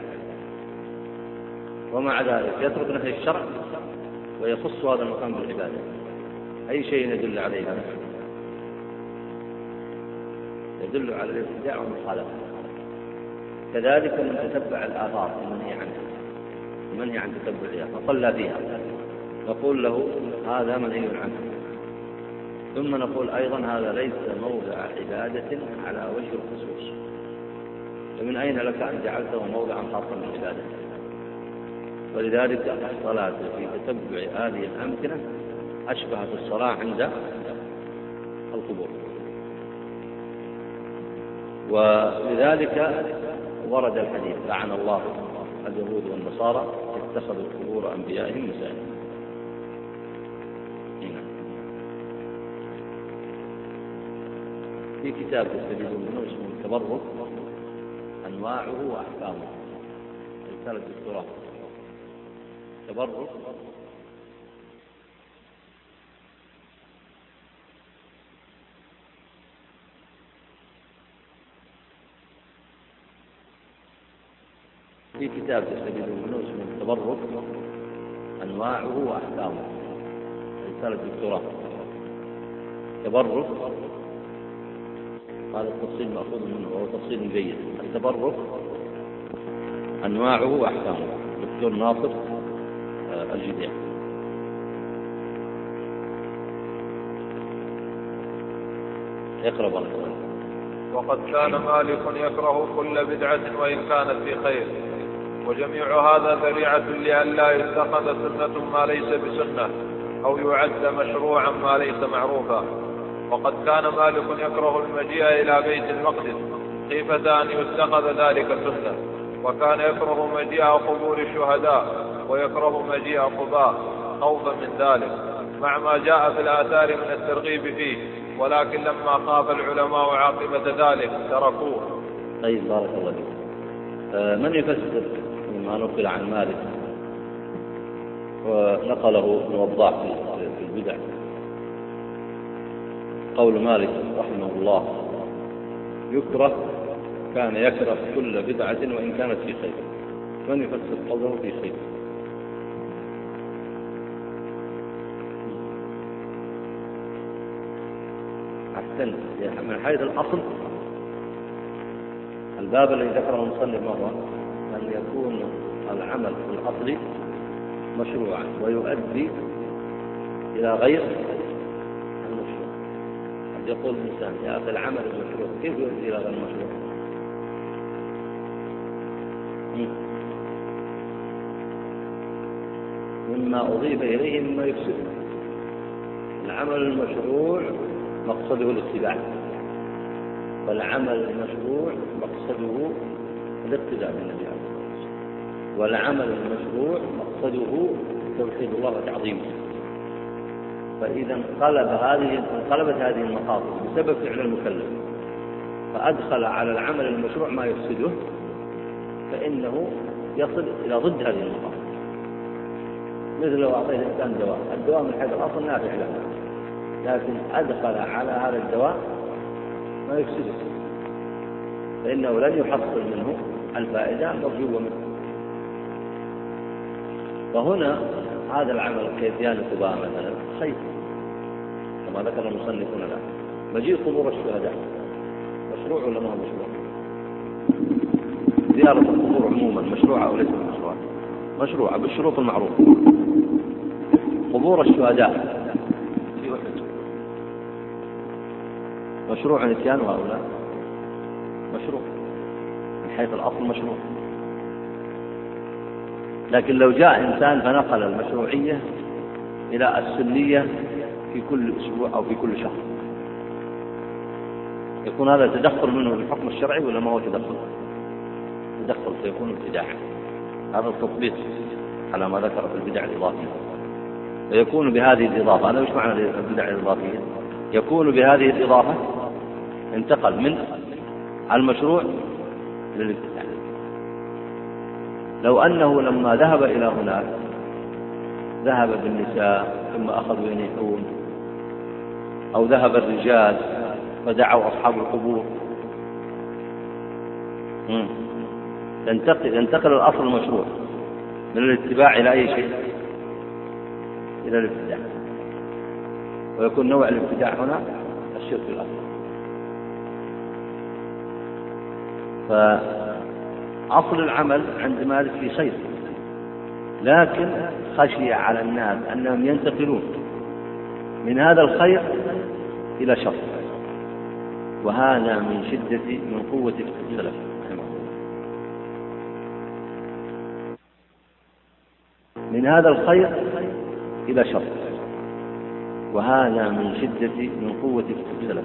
ومع ذلك يترك نهي الشرع ويخص هذا المقام بالعبادة. أي شيء يدل عليه هذا؟ يدل على الابتداع والمخالفة. كذلك من تتبع الآثار المنهي عنها، المنهي عن تتبعها فصلى فيها نقول له هذا منهي عنه. ثم نقول أيضا هذا ليس موضع عبادة على وجه الخصوص، فمن أين لك أن جعلته موضعا خاصا بالعبادة؟ ولذلك الصلاة في تتبع هذه الأمكنة أشبهت الصلاة عند القبور. ولذلك ورد الحديث لعن الله اليهود والنصارى اتخذوا قبور أنبيائهم مساجد. في كتاب تستفيد منه اسمه التبرك أنواعه وأحكامه، رسالة الدكتوراه. تبرك في كتاب تستفيد منه اسمه التبرك أنواعه وأحكامه، رسالة الدكتوراه. تبرك هذا التفصيل مأخوذ منه وهو تفصيل جيد. التبرك أنواعه وأحكامه، دكتور ناصر الجديع. اقرأ بارك الله. وقد كان مالك يكره كل بدعة وإن كانت في خير، وجميع هذا ذريعة لئلا يتخذ سنة ما ليس بسنة، أو يعد مشروعا ما ليس معروفا. وقد كان مالك يكره المجيء إلى بيت المقدس خيفة أن يتخذ ذلك سنة، وكان يكره مجيء قبور الشهداء، ويكره مجيء قباء خوفا من ذلك، مع ما جاء في الآثار من الترغيب فيه، ولكن لما خاف العلماء عاقبة ذلك تركوه. طيب بارك الله فيك. آه من يفسر مما نقل عن مالك ونقله ابن وضاح في البدع قول مالك رحمه الله يكره كان يكره كل بدعة وإن كانت في خير؟ من يفسر قوله في خير؟ أحسن. من حيث الأصل الباب الذي ذكره المصنف مرة أن يكون العمل في الأصل مشروعا ويؤدي إلى غير المشروع. قد يقول الإنسان يا أخي العمل المشروع كيف يؤدي إلى غير المشروع؟ مما أضيف إليه مما يفسد. العمل المشروع مقصده الاتباع، والعمل المشروع مقصده الاقتداء بالنبي، والعمل المشروع مقصده توحيد الله وتعظيمه. فإذا انقلب هذه انقلبت هذه المقاصد بسبب فعل المكلف فأدخل على العمل المشروع ما يفسده، فإنه يصل إلى ضد هذه المقاصد. مثل لو أعطيه الإنسان دواء، الدواء من حيث الأصل نافع له، لكن أدخل على هذا الدواء ما يفسده، فإنه لن يحصل منه الفائدة المرجوة منه. فهنا هذا العمل كيفيان قباء مثلا خير كما ذكر المصنفون له. مجيء قبور الشهداء مشروع ولا ما هو مشروع؟ زيارة القبور عموما مشروعة أو ليس مشروعة؟ مشروعة بالشروط المعروفة. قبور الشهداء في أحد مشروع نسيان هؤلاء مشروع من حيث الأصل مشروع، لكن لو جاء إنسان فنقل المشروعية إلى السنية في كل أسبوع أو في كل شهر، يكون هذا تدخل منه بالحكم الشرعي ولا ما هو تدخل؟ تدخل سيكون ابتداعا. هذا التطبيق على ما ذكر في البدع الإضافية. ويكون بهذه الإضافة، أنا مش معنى البدع الإضافية؟ يكون بهذه الإضافة انتقل من المشروع للابتداع. لو أنه لما ذهب إلى هناك ذهب بالنساء ثم أخذوا ينيحون، أو ذهب الرجال فدعوا أصحاب القبور، ينتقل, ينتقل الأصل المشروع من الاتباع إلى أي شيء؟ إلى الابتداع. ويكون نوع الابتداع هنا الشرك الأكبر. فأصل العمل عند مالك في خير، لكن خشي على الناس أنهم ينتقلون من هذا الخير إلى شر، وهذا من شدة من قوة السلف من هذا الخير إلى شر، وهذا من شدة من قوة السلف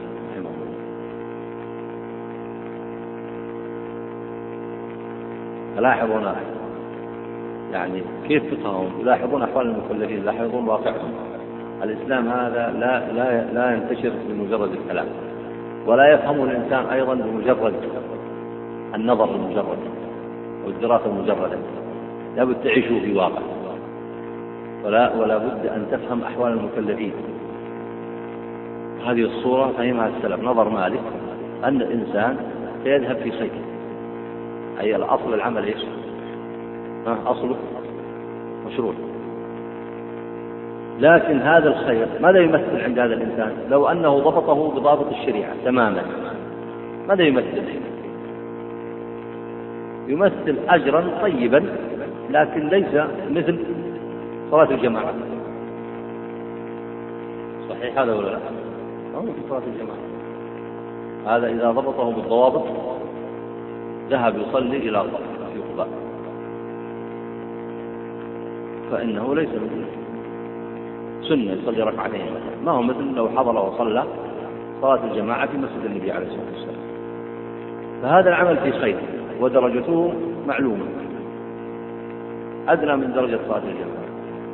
لاحظون يعني كيف فقههم، يلاحظون أحوال المكلفين، يلاحظون واقعهم. الإسلام هذا لا لا لا ينتشر بمجرد الكلام، ولا يفهم الإنسان أيضا بمجرد النظر المجرد والدراسة المجردة، لا بد تعيشوا في واقع، ولا ولا بد أن تفهم أحوال المكلفين. هذه الصورة فهمها السلف. نظر مالك أن الإنسان سيذهب في خير، أي الأصل العمل إيش؟ أصله مشروع، لكن هذا الخير ماذا يمثل عند هذا الإنسان؟ لو أنه ضبطه بضابط الشريعة تماما ماذا يمثل؟ يمثل أجرا طيبا، لكن ليس مثل صلاة الجماعة. صحيح هذا ولا لا؟ أو مثل صلاة الجماعة. هذا إذا ضبطه بالضوابط ذهب يصلي إلى قباء فإنه ليس مثل سنة يصلي ركعتين، ما هو مثل لو حضر وصلى صلاة الجماعة في مسجد النبي عليه الصلاة والسلام. فهذا العمل في خير ودرجته معلومة أدنى من درجة صلاة الجماعة،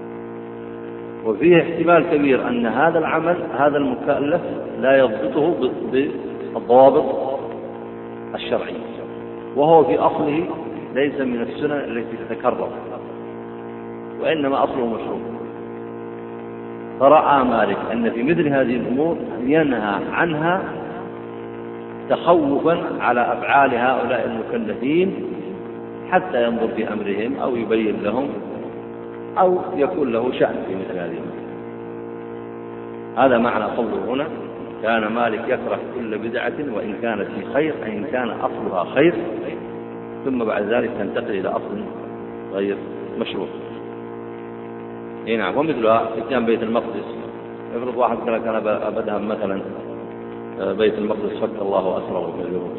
وفيه احتمال كبير أن هذا العمل هذا المكلف لا يضبطه بالضوابط الشرعية، وهو في أصله ليس من السنن التي تتكرر، وإنما أصله مشروع. فرأى مالك أن في مثل هذه الأمور ينهى عنها تخوفا على أفعال هؤلاء المكلفين حتى ينظر في أمرهم أو يبين لهم أو يكون له شأن في مثل هذه الأمور. هذا معنى قوله هنا كان مالك يكره كل بدعة وإن كانت في خير، أي إن كان أصلها خير ثم بعد ذلك تنتقل إلى أصل غير مشروع. إيه نعم. ومثلها اتيان بيت المقدس، يفرض واحد قال لك أنا بذهب مثلا بيت المقدس فك الله أسره من اليهود،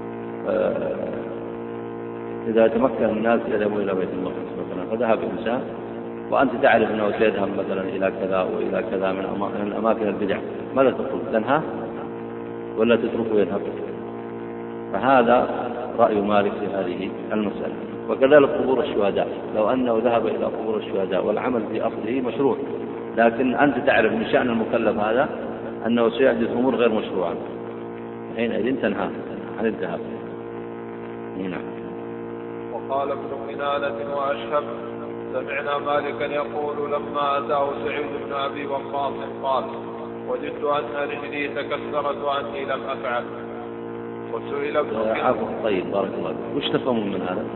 إذا يتمكن الناس يذهبوا إلى بيت المقدس مثلا فذهب إنسان وأنت تعرف أنه سيذهب مثلا إلى كذا وإلى كذا من الأماكن البدع، ماذا تقول؟ تنهى ولا تتركه يذهب؟ فهذا رأي مالك في هذه المسألة. وكذلك قبور الشهداء، لو أنه ذهب إلى قبور الشهداء والعمل في أصله مشروع، لكن أنت تعرف من شأن المكلف هذا أنه سيحدث أمور غير مشروعة، حينئذ تنهى عن الذهاب. هنا. وقال ابن كنانة وأشهب سمعنا مالكا يقول لما أتاه سعيد بن أبي وقاص قال وجدت أن رجلي تكسرت وأني لم أفعل. وسئل ابن كنانة. طيب بارك الله فيك. وش تفهمون من هذا؟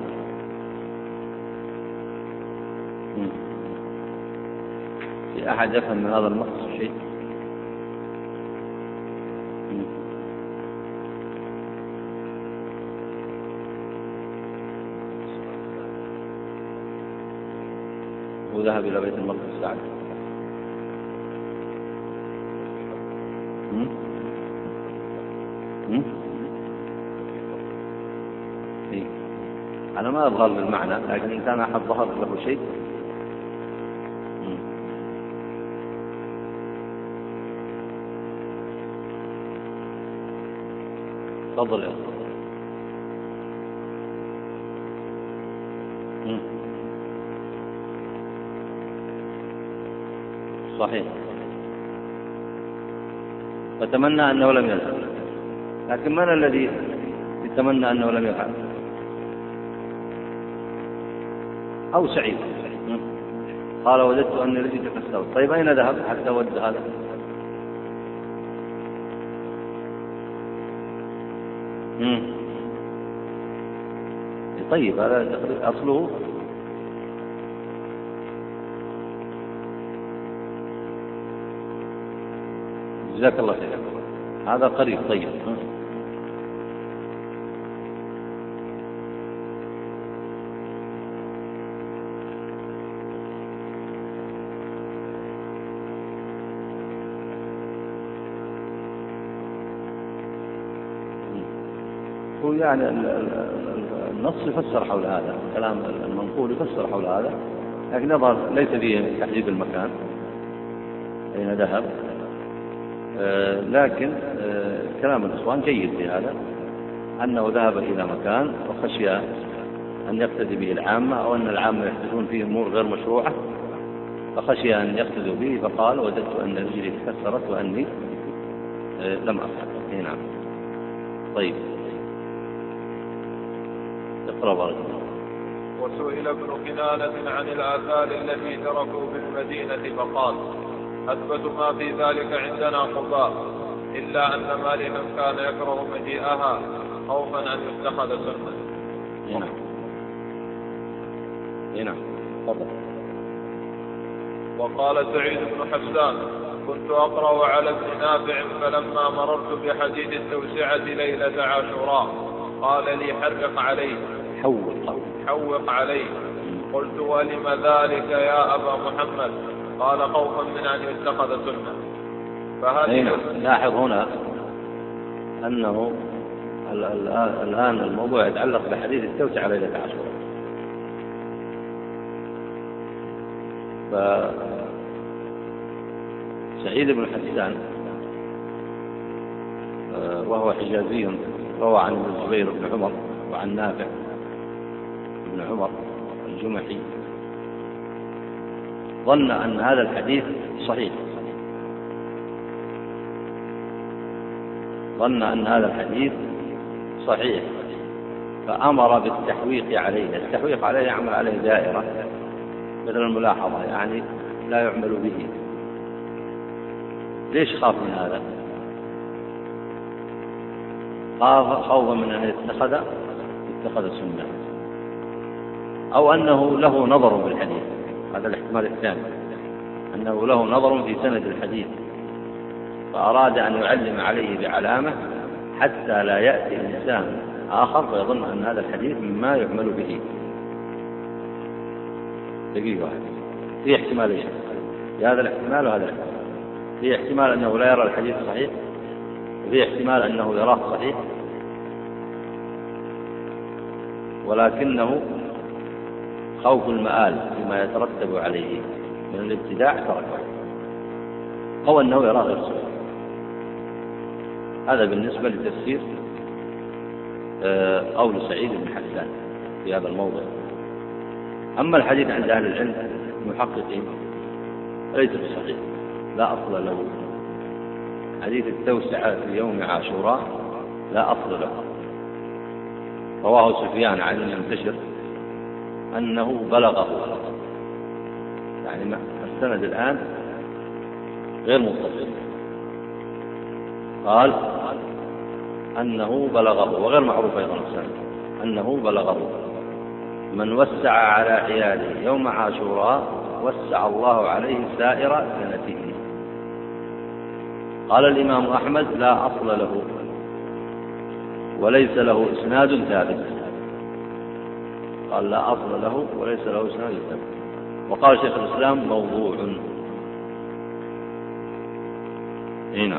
في أحد يفهم من هذا المقصد شيء؟ وذهب إلى بيت المقدس سعد. إيه؟ أنا ما أظهر بالمعنى، لكن إن كان أحد ظهر له شيء تفضل. صحيح. فتمنى أنه لم يفعل، لكن من الذي يتمنى أنه لم يفعل؟ أو سعيد قال وجدت أن رجلي تكسرت. طيب أين ذهب حتى ود هذا؟ مم. طيب هذا أصله جزاك الله خير، هذا قريب. طيب هو يعني النص يفسر حول هذا، كلام المنقول يفسر حول هذا، لكن يظهر ليس فيه تحديد المكان أين ذهب. آه لكن آه كلام الإخوان جيد في هذا، أنه ذهب إلى مكان وخشي أن يقتدي به العامة أو أن العامة يحدثون فيه أمور غير مشروعة، فخشي أن يقتدوا به فقال وجدت أن رجلي تكسرت وأني آه لم أفعل. نعم. طيب اقرأ بارك الله. وسئل ابن كنانة عن الآثار التي تركوا بالمدينة فقال أثبت ما في ذلك عندنا قباء، إلا أن مالكا كان يكره مجيئها خوفا أن يتخذ سنة. نعم. نعم. تفضل. وقال سعيد بن حسان كنت أقرأ على ابن نافع فلما مررت بحديث التوسعة ليلة عاشوراء قال لي حرق عليه حوق حوق عليه. قلت ولم ذلك يا أبا محمد؟ قال خوفا من أن يتخذ سنة. فهذه لاحظ هنا أنه الآن الموضوع يتعلق بحديث التوسعة ليلة عاشوراء. فسعيد بن حسان وهو حجازي روى عن الزبير بن عمر وعن نافع بن عمر الجمحي ظن أن هذا الحديث صحيح، ظن أن هذا الحديث صحيح فأمر بالتحويق عليه. التحويق عليه يعمل عليه دائرة مثل الملاحظة، يعني لا يعمل به. ليش خاف من هذا؟ خاف خوفا من أن يتخذ اتخذ سنة، أو أنه له نظر بالحديث. هذا الاحتمال الثاني، أنه له نظر في سند الحديث فأراد أن يعلم عليه بعلامة حتى لا يأتي إنسان آخر ويظن أن هذا الحديث مما يعمل به. دقيقة واحدة، في احتمالين في هذا الاحتمال وهذا الاحتمال. في احتمال أنه لا يرى الحديث صحيح، وفي احتمال أنه يراه صحيح ولكنه خوف المآل فيما يترتب عليه من الابتداع تركه، أو أنه يراه غير صحيح. هذا بالنسبة لتفسير قول سعيد بن حسان في هذا الموضوع. أما الحديث عند أهل العلم المحققين ليس بصحيح، لا أصل له. حديث التوسعة في يوم عاشوراء لا أصل له. رواه سفيان عن المنتشر أنه بلغه، يعني السند الآن غير متصل. قال أنه بلغه، وغير معروف أيضا السند، أنه بلغه من وسع على عياله يوم عاشوراء وسع الله عليه سائر سنته. قال الإمام أحمد لا أصل له وليس له إسناد ثابت. قال لا أصل له وليس له إسناد ثابت. وقال شيخ الإسلام موضوع. هنا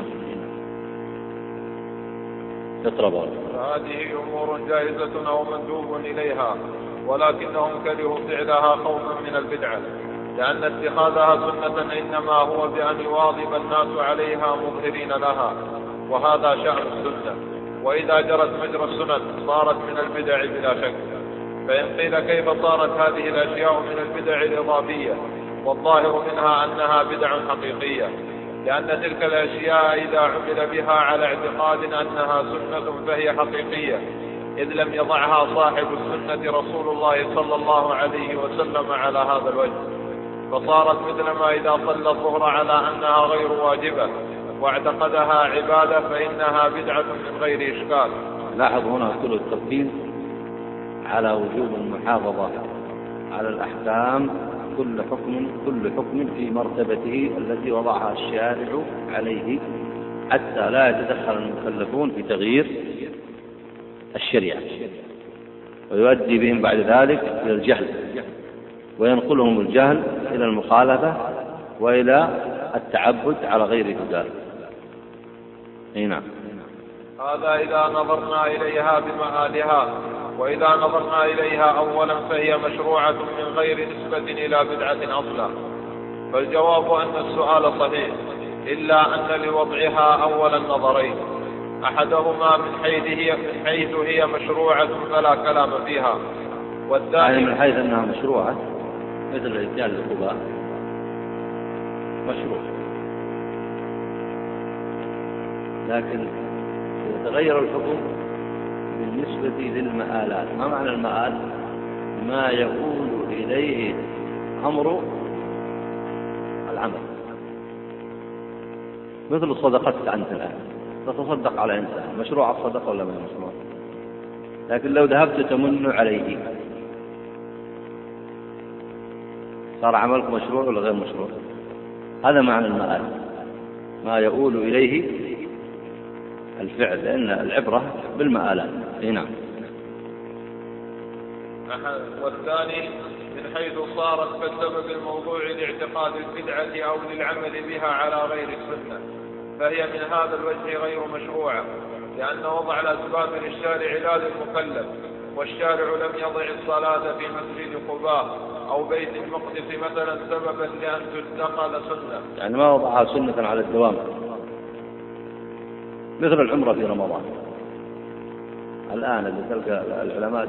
اقرب. فهذه أمور جائزة أو مندوب إليها، ولكنهم كرهوا فعلها خوفا من البدعة، لأن اتخاذها سنة إنما هو بأن يواظب الناس عليها مظهرين لها، وهذا شأن السنة. وإذا جرت مجرى السنن صارت من البدع بلا شك. فإن قيل كيف صارت هذه الأشياء من البدع الإضافية؟ والظاهر منها أنها بدع حقيقية، لأن تلك الأشياء إذا عمل بها على اعتقاد أنها سنة فهي حقيقية، إذ لم يضعها صاحب السنة رسول الله صلى الله عليه وسلم على هذا الوجه، فصارت مثلما إذا صلى الظهر على أنها غير واجبة واعتقدها عبادة فإنها بدعة من غير إشكال. لاحظ هنا كل التركيز على وجوب المحافظة على الأحكام، كل حكم كل حكم في مرتبته التي وضعها الشارع عليه، حتى لا يتدخل المكلفون في تغيير الشريعة ويؤدي بهم بعد ذلك إلى الجهل، وينقلهم الجهل إلى المخالفة وإلى التعبد على غير هداه. هنا هذا إذا نظرنا إليها بمآلها. وإذا نظرنا إليها أولا فهي مشروعة من غير نسبة إلى بدعة أصلا، فالجواب أن السؤال صحيح، إلا أن لوضعها أولا نظرين: أحدهما من حيث هي, من حيث هي مشروعة فلا كلام فيها، والثاني يعني من حيث أنها مشروعة مثل الإتيان للقباء مشروع، لكن يتغير الحكم بالنسبة للمآلات. ما معنى المآل؟ ما يؤول إليه أمر العمل، مثل الصدقات أنت الآن تتصدق على إنسان، مشروع الصدقة ولا ما مشروع؟ لكن لو ذهبت تمن عليه صار عملك مشروع ولا غير مشروع؟ هذا معنى المآل، ما يؤول إليه الفعل، لأن العبرة بالمآلات. نعم. والثاني من حيث صارت كالسبب الموضوع لاعتقاد البدعة أو للعمل بها على غير السنة، فهي من هذا الوجه غير مشروعة، لأن وضع الأسباب للشارع لا للمكلف، والشارع لم يضع الصلاة في مسجد قباء أو بيت المقدس مثلا سببا لأن تنتقل سنة، يعني ما وضعها سنة على الدوام، مثل العمرة في رمضان. الآن اللي تلقى العلماء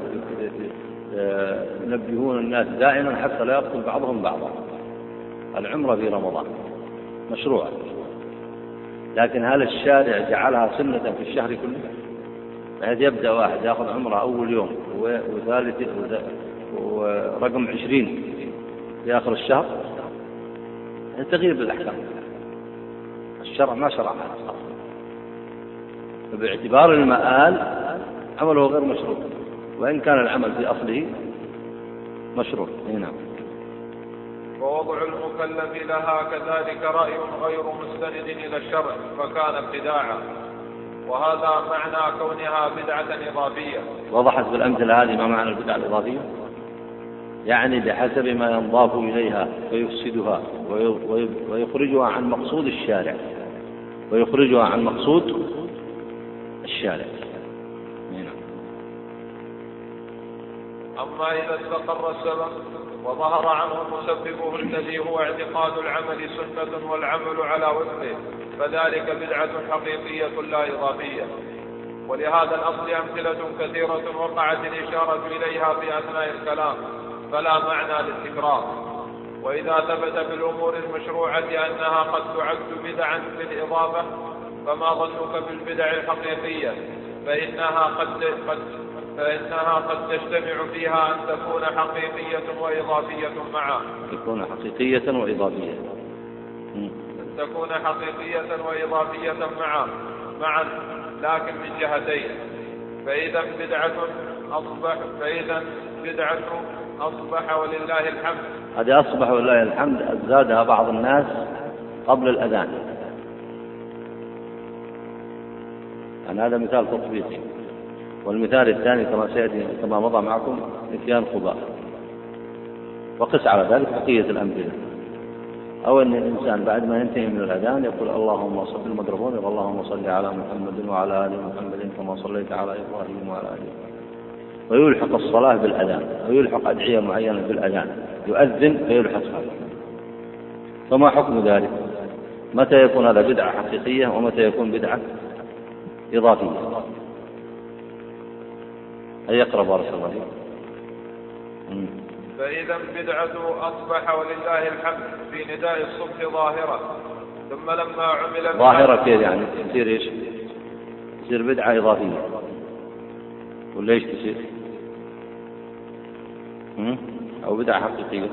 ينبهون الناس دائما حتى لا يقتل بعضهم بعضا. العمرة في رمضان مشروعة، لكن هل الشارع جعلها سنة في الشهر كله؟ بحيث يبدأ واحد يأخذ عمرة أول يوم وثالث ورقم عشرين في آخر الشهر، تغيير بالأحكام. الشرع ما شرعها، فباعتبار المآل عمله غير مشروع، وإن كان العمل في أصله مشروع. هنا ووضع المكلف لها كذلك رأي غير مستند إلى الشرع فكان ابتداعا، وهذا معنى كونها بدعة إضافية. وضحت بالأمثلة هذه ما معنى البدعة الإضافية، يعني بحسب ما ينضاف إليها فيفسدها ويخرجها عن مقصود الشارع ويخرجها عن مقصود الشارع. أما إذا استقر السبب وظهر عنه مسببه الذي هو اعتقاد العمل سنة والعمل على وفقه فذلك بدعة حقيقية لا إضافية. ولهذا الأصل أمثلة كثيرة وقعت الإشارة إليها في أثناء الكلام، فلا معنى للتكرار. وإذا ثبت بالأمور المشروعة أنها قد تعد بدعا بالإضافة، فما ظنك بالبدع الحقيقية؟ فإنها قد, قد فإنها قد تجتمع فيها أن تكون حقيقية وإضافية معا. تكون حقيقية وإضافية. أن تكون حقيقية وإضافية معا معا لكن من جهتين. فإذا بدعة أصبح فإذا بدعة أصبح ولله الحمد. هذه أصبح ولله الحمد أزادها بعض الناس قبل الأذان، يعني هذا مثال تطبيقي. والمثال الثاني كما سيأتي كما مضى معكم إتيان قباء، وقس على ذلك بقية الأمثلة. أو أن الإنسان بعد ما ينتهي من الأذان يقول اللهم صل الميكروفون اللهم صل على محمد وعلى آل محمد كما صليت على إبراهيم وعلى آل إبراهيم، ويلحق الصلاة بالأذان ويلحق أدعية معينة بالأذان، يؤذن فيلحق هذا. فما حكم ذلك؟ متى يكون هذا بدعة حقيقية ومتى يكون بدعة إضافية؟ أي يقرأ بارك الله فيك. فإذا بدعة أصبح ولله الحمد في نداء الصبح ظاهرة، ثم لما عمل ظاهرة كيف يعني؟ تصير إيش؟ تصير بدعة إضافية ولا إيش تصير؟ أو بدعة حقيقية؟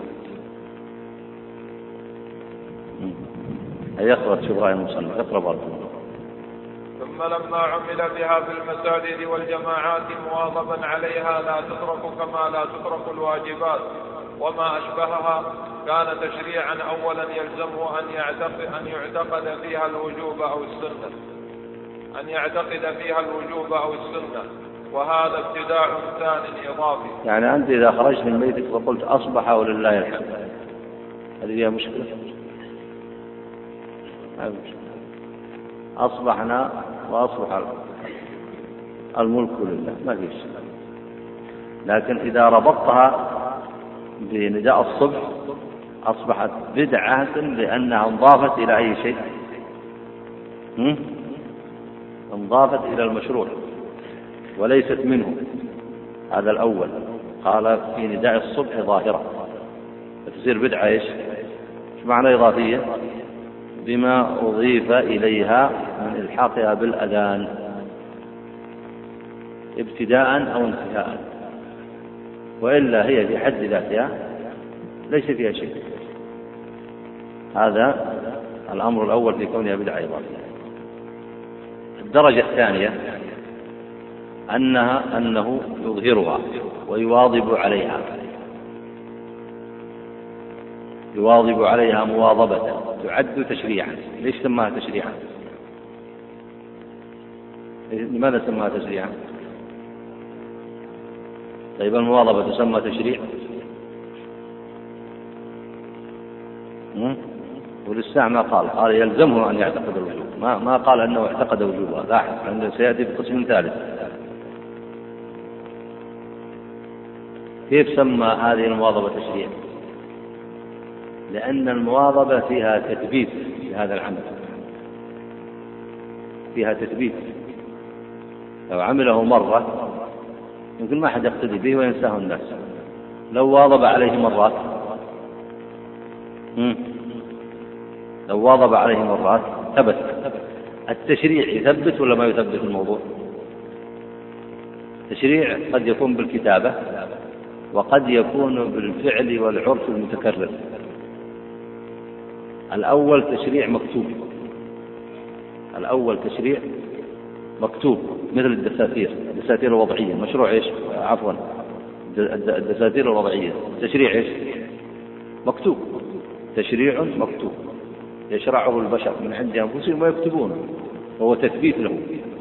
أي يقرأ تشوف رأي المصنف. اقرأ بارك الله. ثم لما عمل بها في المساجد والجماعات مواظبا عليها لا تترك كما لا تترك الواجبات وما أشبهها، كان تشريعا أولا يلزمه أن يعتقد, أن يعتقد فيها الوجوب أو السنة أن يعتقد فيها الوجوب أو السنة وهذا ابتداع ثاني إضافي. يعني أنت إذا خرجت من بيتك وقلت أصبح ولله الحمد، هذه هي مشكلة. أصبحنا وأصبح الملك لله ما فيش. لكن إذا ربطتها بنداء الصبح أصبحت بدعة لأنها انضافت إلى أي شيء؟ انضافت إلى المشروع وليست منه. هذا الأول قال في نداء الصبح ظاهرة، فتصير بدعة إيش؟ إيش معنى إضافية؟ بما أضيف إليها من إلحاقها بالأذان ابتداء أو انتهاء، وإلا هي في حد ذاتها ليس فيها شيء. هذا الأمر الأول في كونها بدعة إضافية. الدرجة الثانية أنها أنه يظهرها ويواظب عليها يواظب عليها مواظبة تعد تشريعا. ليش سماها تشريعا؟ لماذا سماها تشريعا؟ طيب المواظبة تسمى تشريع؟ والاستثناء ما قال، قال يلزمه أن يعتقد الوجوب، ما ما قال أنه اعتقد وجوبه. لاحظ عندنا سيأتي بقسم ثالث. كيف سمى هذه المواظبة تشريع؟ لأن المواظبة فيها تثبيت لهذا العمل، فيها تثبيت. لو عمله مرة يمكن ما حد يقتدي به وينساه الناس، لو واظب عليه مرات لو واظب عليه مرات ثبت. التشريع يثبت ولا ما يثبت الموضوع؟ التشريع قد يكون بالكتابة وقد يكون بالفعل والعرف المتكرر. الأول تشريع مكتوب، الأول تشريع مكتوب مثل الدساتير، الدساتير الوضعية، مشروع إيش؟ عفوا الدساتير الوضعية، تشريع إيش؟ مكتوب، تشريع مكتوب يشرعه البشر من عند أنفسهم ويكتبونه، وهو تثبيت له.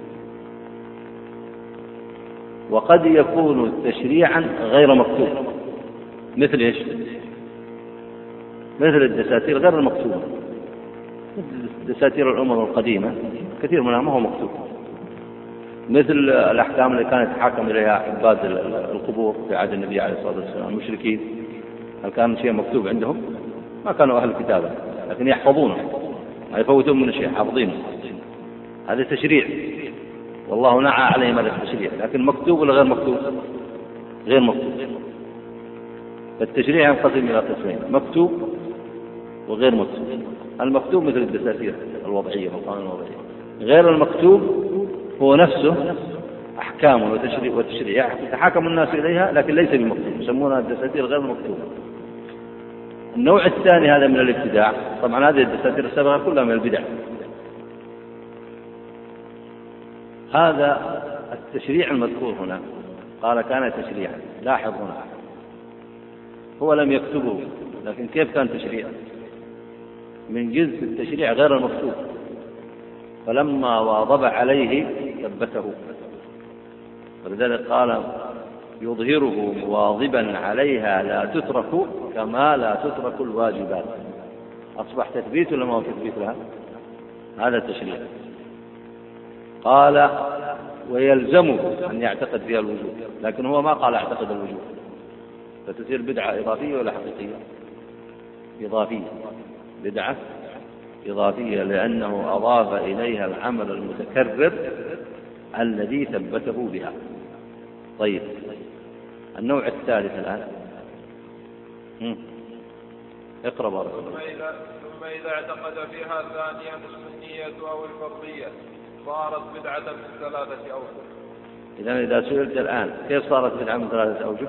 وقد يكون تشريعا غير مكتوب، مثل إيش؟ مثل الدساتير غير المكتوبة، مثل دساتير الأمم القديمة كثير منها ما هو مكتوب، مثل الأحكام اللي كانت يتحاكم إليها عباد القبور في عهد النبي عليه الصلاة والسلام المشركين. هل كان شيء مكتوب عندهم؟ ما كانوا أهل الكتابة، لكن يحفظونه، ما يفوتون من شيء، حافظينه. هذا تشريع، والله نعى عليهم هذا التشريع، لكن مكتوب ولا غير مكتوب؟ غير مكتوب. فالتشريع ينقسم إلى قسمين، مكتوب وغير مكتوب. المكتوب مثل الدساتير الوضعية والقانون الوضعية، غير المكتوب هو نفسه أحكام وتشريع وتشريع يتحاكم الناس إليها لكن ليس بمكتوب، يسمونها الدساتير غير مكتوبة. النوع الثاني هذا من الابتداع، طبعا هذه الدساتير السابقة كلها من البدع. هذا التشريع المذكور هنا قال كان تشريعا، لاحظ هنا هو لم يكتبه، لكن كيف كان تشريعا؟ من جزء التشريع غير المكتوب، فلما واظب عليه ثبته، ولذلك قال يظهره مواظبا عليها لا تترك كما لا تترك الواجبات. أصبح تثبيت ولا ما هو تثبيت لها؟ هذا التشريع. قال ويلزمه أن يعتقد فيها الوجوب، لكن هو ما قال اعتقد الوجوب، فتصير بدعة إضافية ولا حقيقية؟ إضافية، بدعة إضافية، لأنه أضاف إليها العمل المتكرر الذي ثبته بها. طيب النوع الثالث الآن، اقرأ بارك الله. ثم إذا اعتقد فيها ثانيا السنية أو الفرضية صارت بدعة من ثلاثة أوجه. إذن إذا سئلت الآن كيف صارت بدعة من ثلاثة أوجه؟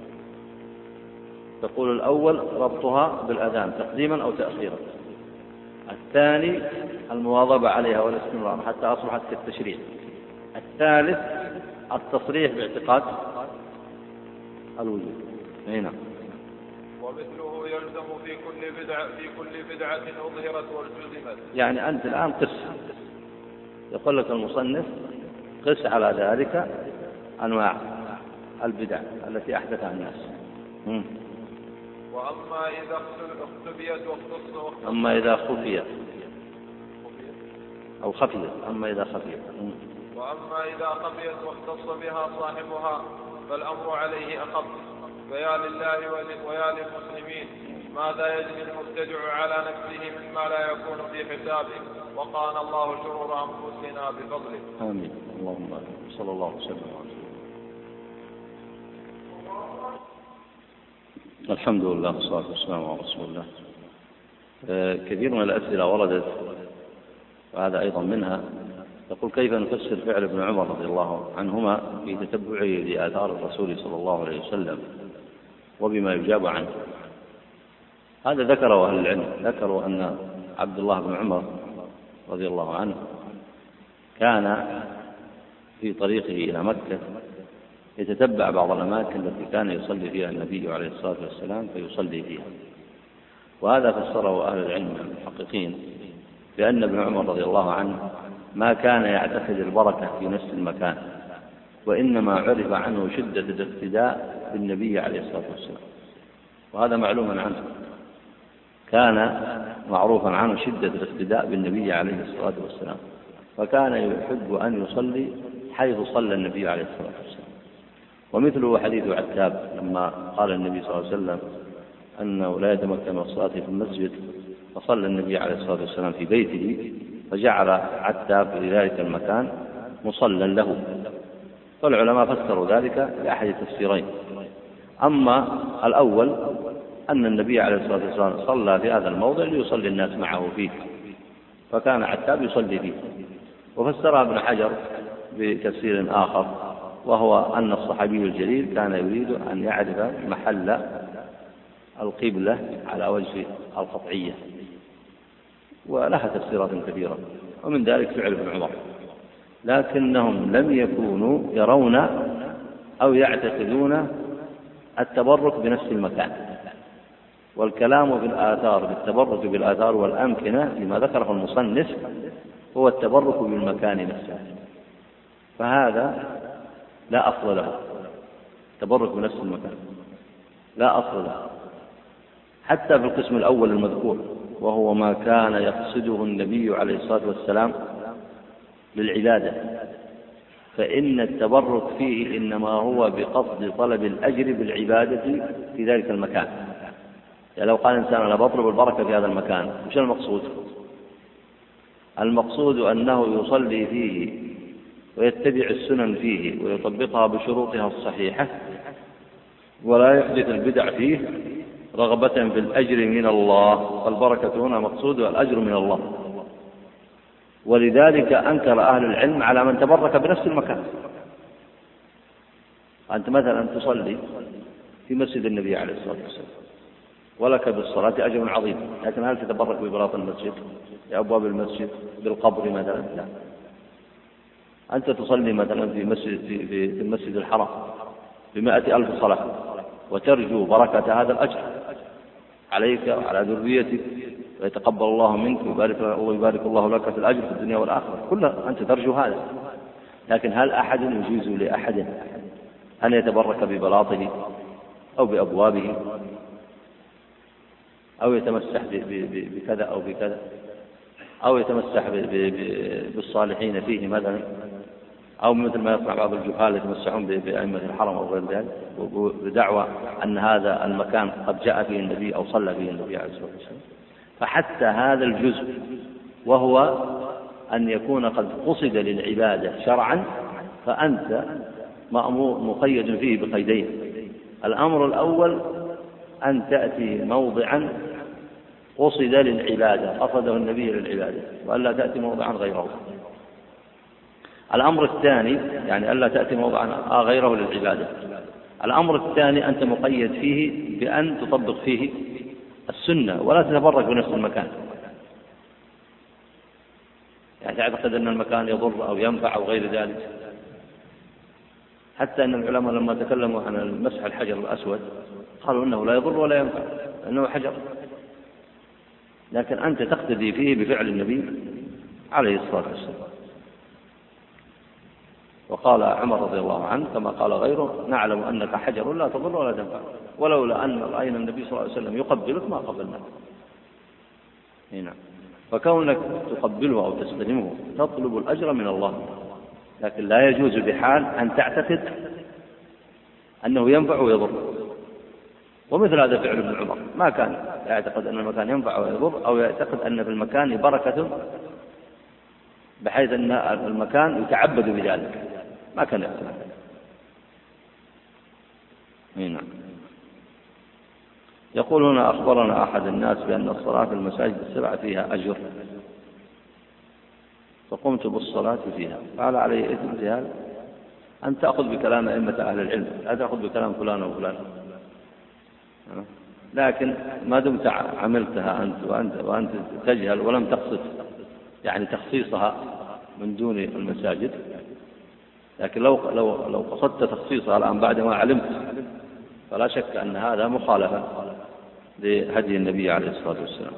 تقول الأول ربطها بالأذان تقديما أو تأخيرا، الثاني المواظبة عليها والاستمرار حتى أصبحت كالتشريع، الثالث التصريح باعتقاد الوجود. هنا ومثله يلزم في كل بدعة في كل بدعة أظهرت والتزمت. يعني أنت الآن قس، يقول لك المصنف قس على ذلك أنواع البدع التي أحدثها الناس. مم. وأما إذا اختبيت واختص أما إذا خفيت أو خفيت أما إذا خفيت وأما إذا خفيت واختص بها صاحبها فالأمر عليه أخف. فيا لله ويا للمسلمين ماذا يجني المبتدع على نفسه مما لا يكون في حسابه، وقانا الله شرور أنفسنا بفضله. آمين. اللهم آمين. صلى الله عليه وسلم. الحمد لله والصلاة والسلام على رسول الله. كثير من الأسئلة وردت وهذا أيضا منها، يقول كيف نفسر فعل ابن عمر رضي الله عنهما في تتبعه لآثار الرسول صلى الله عليه وسلم وبما يجاب عنه. هذا ذكره أهل العلم، ذكروا أن عبد الله بن عمر رضي الله عنه كان في طريقه إلى مكة يتتبع بعض الأماكن التي كان يصلي فيها النبي عليه الصلاة والسلام فيصلي فيها، وهذا فسره أهل العلم المحققين بأن ابن عمر رضي الله عنه ما كان يعتقد البركة في نفس المكان، وإنما عرف عنه شدة الاقتداء بالنبي عليه الصلاة والسلام، وهذا معلوم عنه. كان معروفا عنه شدة الاقتداء بالنبي عليه الصلاة والسلام، فكان يحب أن يصلي حيث صلى النبي عليه الصلاة والسلام. ومثله حديث عتاب لما قال النبي صلى الله عليه وسلم أنه لا يتمكن من الصلاة في المسجد، فصلى النبي عليه الصلاة والسلام في بيته، فجعل عتاب في ذلك المكان مصلى له. فالعلماء فسروا ذلك بأحد التفسيرين. أما الأول أن النبي عليه الصلاة والسلام صلى في هذا الموضع ليصلي الناس معه فيه، فكان عتاب يصلي فيه. وفسرها ابن حجر بتفسير آخر، وهو أن الصحابي الجليل كان يريد أن يعرف محل القبلة على وجه القطعية، ولها تفسيرات كثيرة، ومن ذلك فعل ابن عمر، لكنهم لم يكونوا يرون أو يعتقدون التبرك بنفس المكان. والكلام في الآثار بالتبرك بالآثار والأمكنة لما ذكره المصنف هو التبرك بالمكان نفسه، فهذا لا أصل له. التبرك بنفس المكان لا أصل له، حتى في القسم الأول المذكور، وهو ما كان يقصده النبي عليه الصلاة والسلام للعبادة، فإن التبرك فيه إنما هو بقصد طلب الأجر بالعبادة في ذلك المكان. يعني لو قال إنسان أنا بطلب البركة في هذا المكان، وش المقصود؟ المقصود أنه يصلي فيه ويتبع السنن فيه ويطبقها بشروطها الصحيحة، ولا يحدث البدع فيه رغبة في الأجر من الله، فالبركة هنا مقصود والأجر من الله. ولذلك أنكر أهل العلم على من تبرك بنفس المكان. أنت مثلا تصلي في مسجد النبي عليه الصلاة والسلام ولك بالصلاة أجر عظيم، لكن هل تتبرك ببلاط المسجد، بأبواب المسجد، بالقبر مثلا؟ لا. أنت تصلي مثلا في مسجد في, في المسجد الحرام بمائة ألف صلاة وترجو بركة هذا الأجر عليك وعلى ذريتك، ويتقبل الله منك ويبارك, ويبارك الله لك في الأجر في الدنيا والآخرة، كلها أنت ترجو هذا. لكن هل أحد يجيز لأحد أن يتبرك ببلاطه أو بأبوابه أو يتمسح بكذا أو بكذا، أو يتمسح بالصالحين فيه مثلا، أو مثل ما يصنع بعض الجهال يتمسحون بأئمة الحرم أو غير ذلك، بدعوى أن هذا المكان قد جاء فيه النبي أو صلى فيه النبي عليه الصلاة والسلام؟ فحتى هذا الجزء، وهو أن يكون قد قصد للعبادة شرعا، فأنت مأمور مقيد فيه بقيدين. الأمر الأول أن تأتي موضعا قصد للعبادة، قصده النبي للعبادة، وألا تأتي موضعا غيره. الأمر الثاني يعني ألا تأتي موضعا غيره للعبادة. الأمر الثاني أنت مقيد فيه بأن تطبق فيه السنة ولا تتبرك بنفس المكان، يعني تعتقد أن المكان يضر أو ينفع أو غير ذلك. حتى أن العلماء لما تكلموا عن المسح الحجر الأسود قالوا إنه لا يضر ولا ينفع لأنه حجر، لكن أنت تقتدي فيه بفعل النبي عليه الصلاة والسلام. وقال عمر رضي الله عنه كما قال غيره: نعلم أنك حجر لا تضر ولا تنفع، ولولا أن رأينا النبي صلى الله عليه وسلم يقبلك ما قبلناك. هنا فكونك تقبله أو تستلمه تطلب الأجر من الله، لكن لا يجوز بحال أن تعتقد أنه ينفع ويضر. ومثل هذا فعل ابن عمر، ما كان يعتقد أن المكان ينفع ويضر، أو يعتقد أن في المكان بركة بحيث أن المكان يتعبد بذلك، ما كان يعتقد. هنا يقول هنا: أخبرنا أحد الناس بأن الصلاة في المساجد السبع فيها أجر، فقمت بالصلاة فيها، فعل علي إثم في هذا أن تأخذ بكلام أئمة أهل العلم، لا تأخذ بكلام فلان وفلان. لكن ما دمت عملتها أنت وأنت, وأنت تجهل ولم تقصد يعني تخصيصها من دون المساجد، لكن لو, لو, لو قصدت تخصيصها الآن بعد ما علمت فلا شك أن هذا مخالفة لهدي النبي عليه الصلاة والسلام.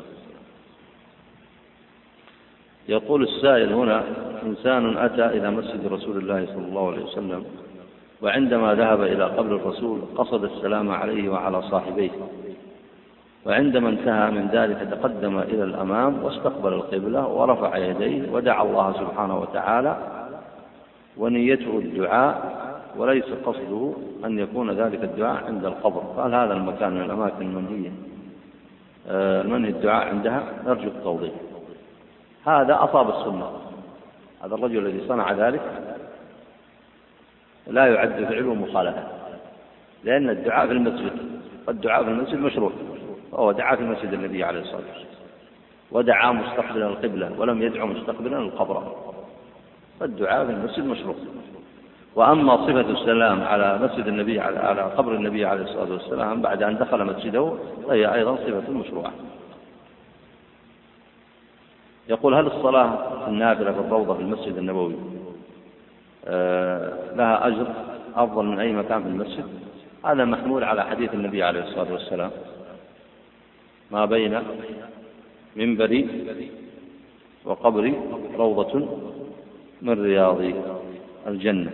يقول السائل هنا: إنسان أتى إلى مسجد رسول الله صلى الله عليه وسلم، وعندما ذهب إلى قبر الرسول قصد السلام عليه وعلى صاحبيه، وعندما انتهى من ذلك تقدم إلى الأمام واستقبل القبلة ورفع يديه ودعا الله سبحانه وتعالى، ونيته الدعاء وليس قصده أن يكون ذلك الدعاء عند القبر. قال هذا المكان من الأماكن المنهية المنهي الدعاء عندها، نرجو التوضيح. هذا أصاب السنة. هذا الرجل الذي صنع ذلك لا يعد فعله مخالفة، لأن الدعاء في المسجد الدعاء في المسجد مشروع، وهو دعا في مسجد النبي عليه الصلاة والسلام ودعا مستقبلا القبلة ولم يدعو مستقبلا القبر، فالدعاء في المسجد مشروع. وأما صفة السلام على مسجد النبي على قبر النبي عليه الصلاة والسلام بعد أن دخل مسجده فهي أيضا صفة مشروعة. يقول: هل الصلاة النافلة في الروضة في المسجد النبوي لها أجر أفضل من أي مكان في المسجد؟ هذا محمول على حديث النبي عليه الصلاة والسلام: ما بين منبري وقبري روضة من رياض الجنة.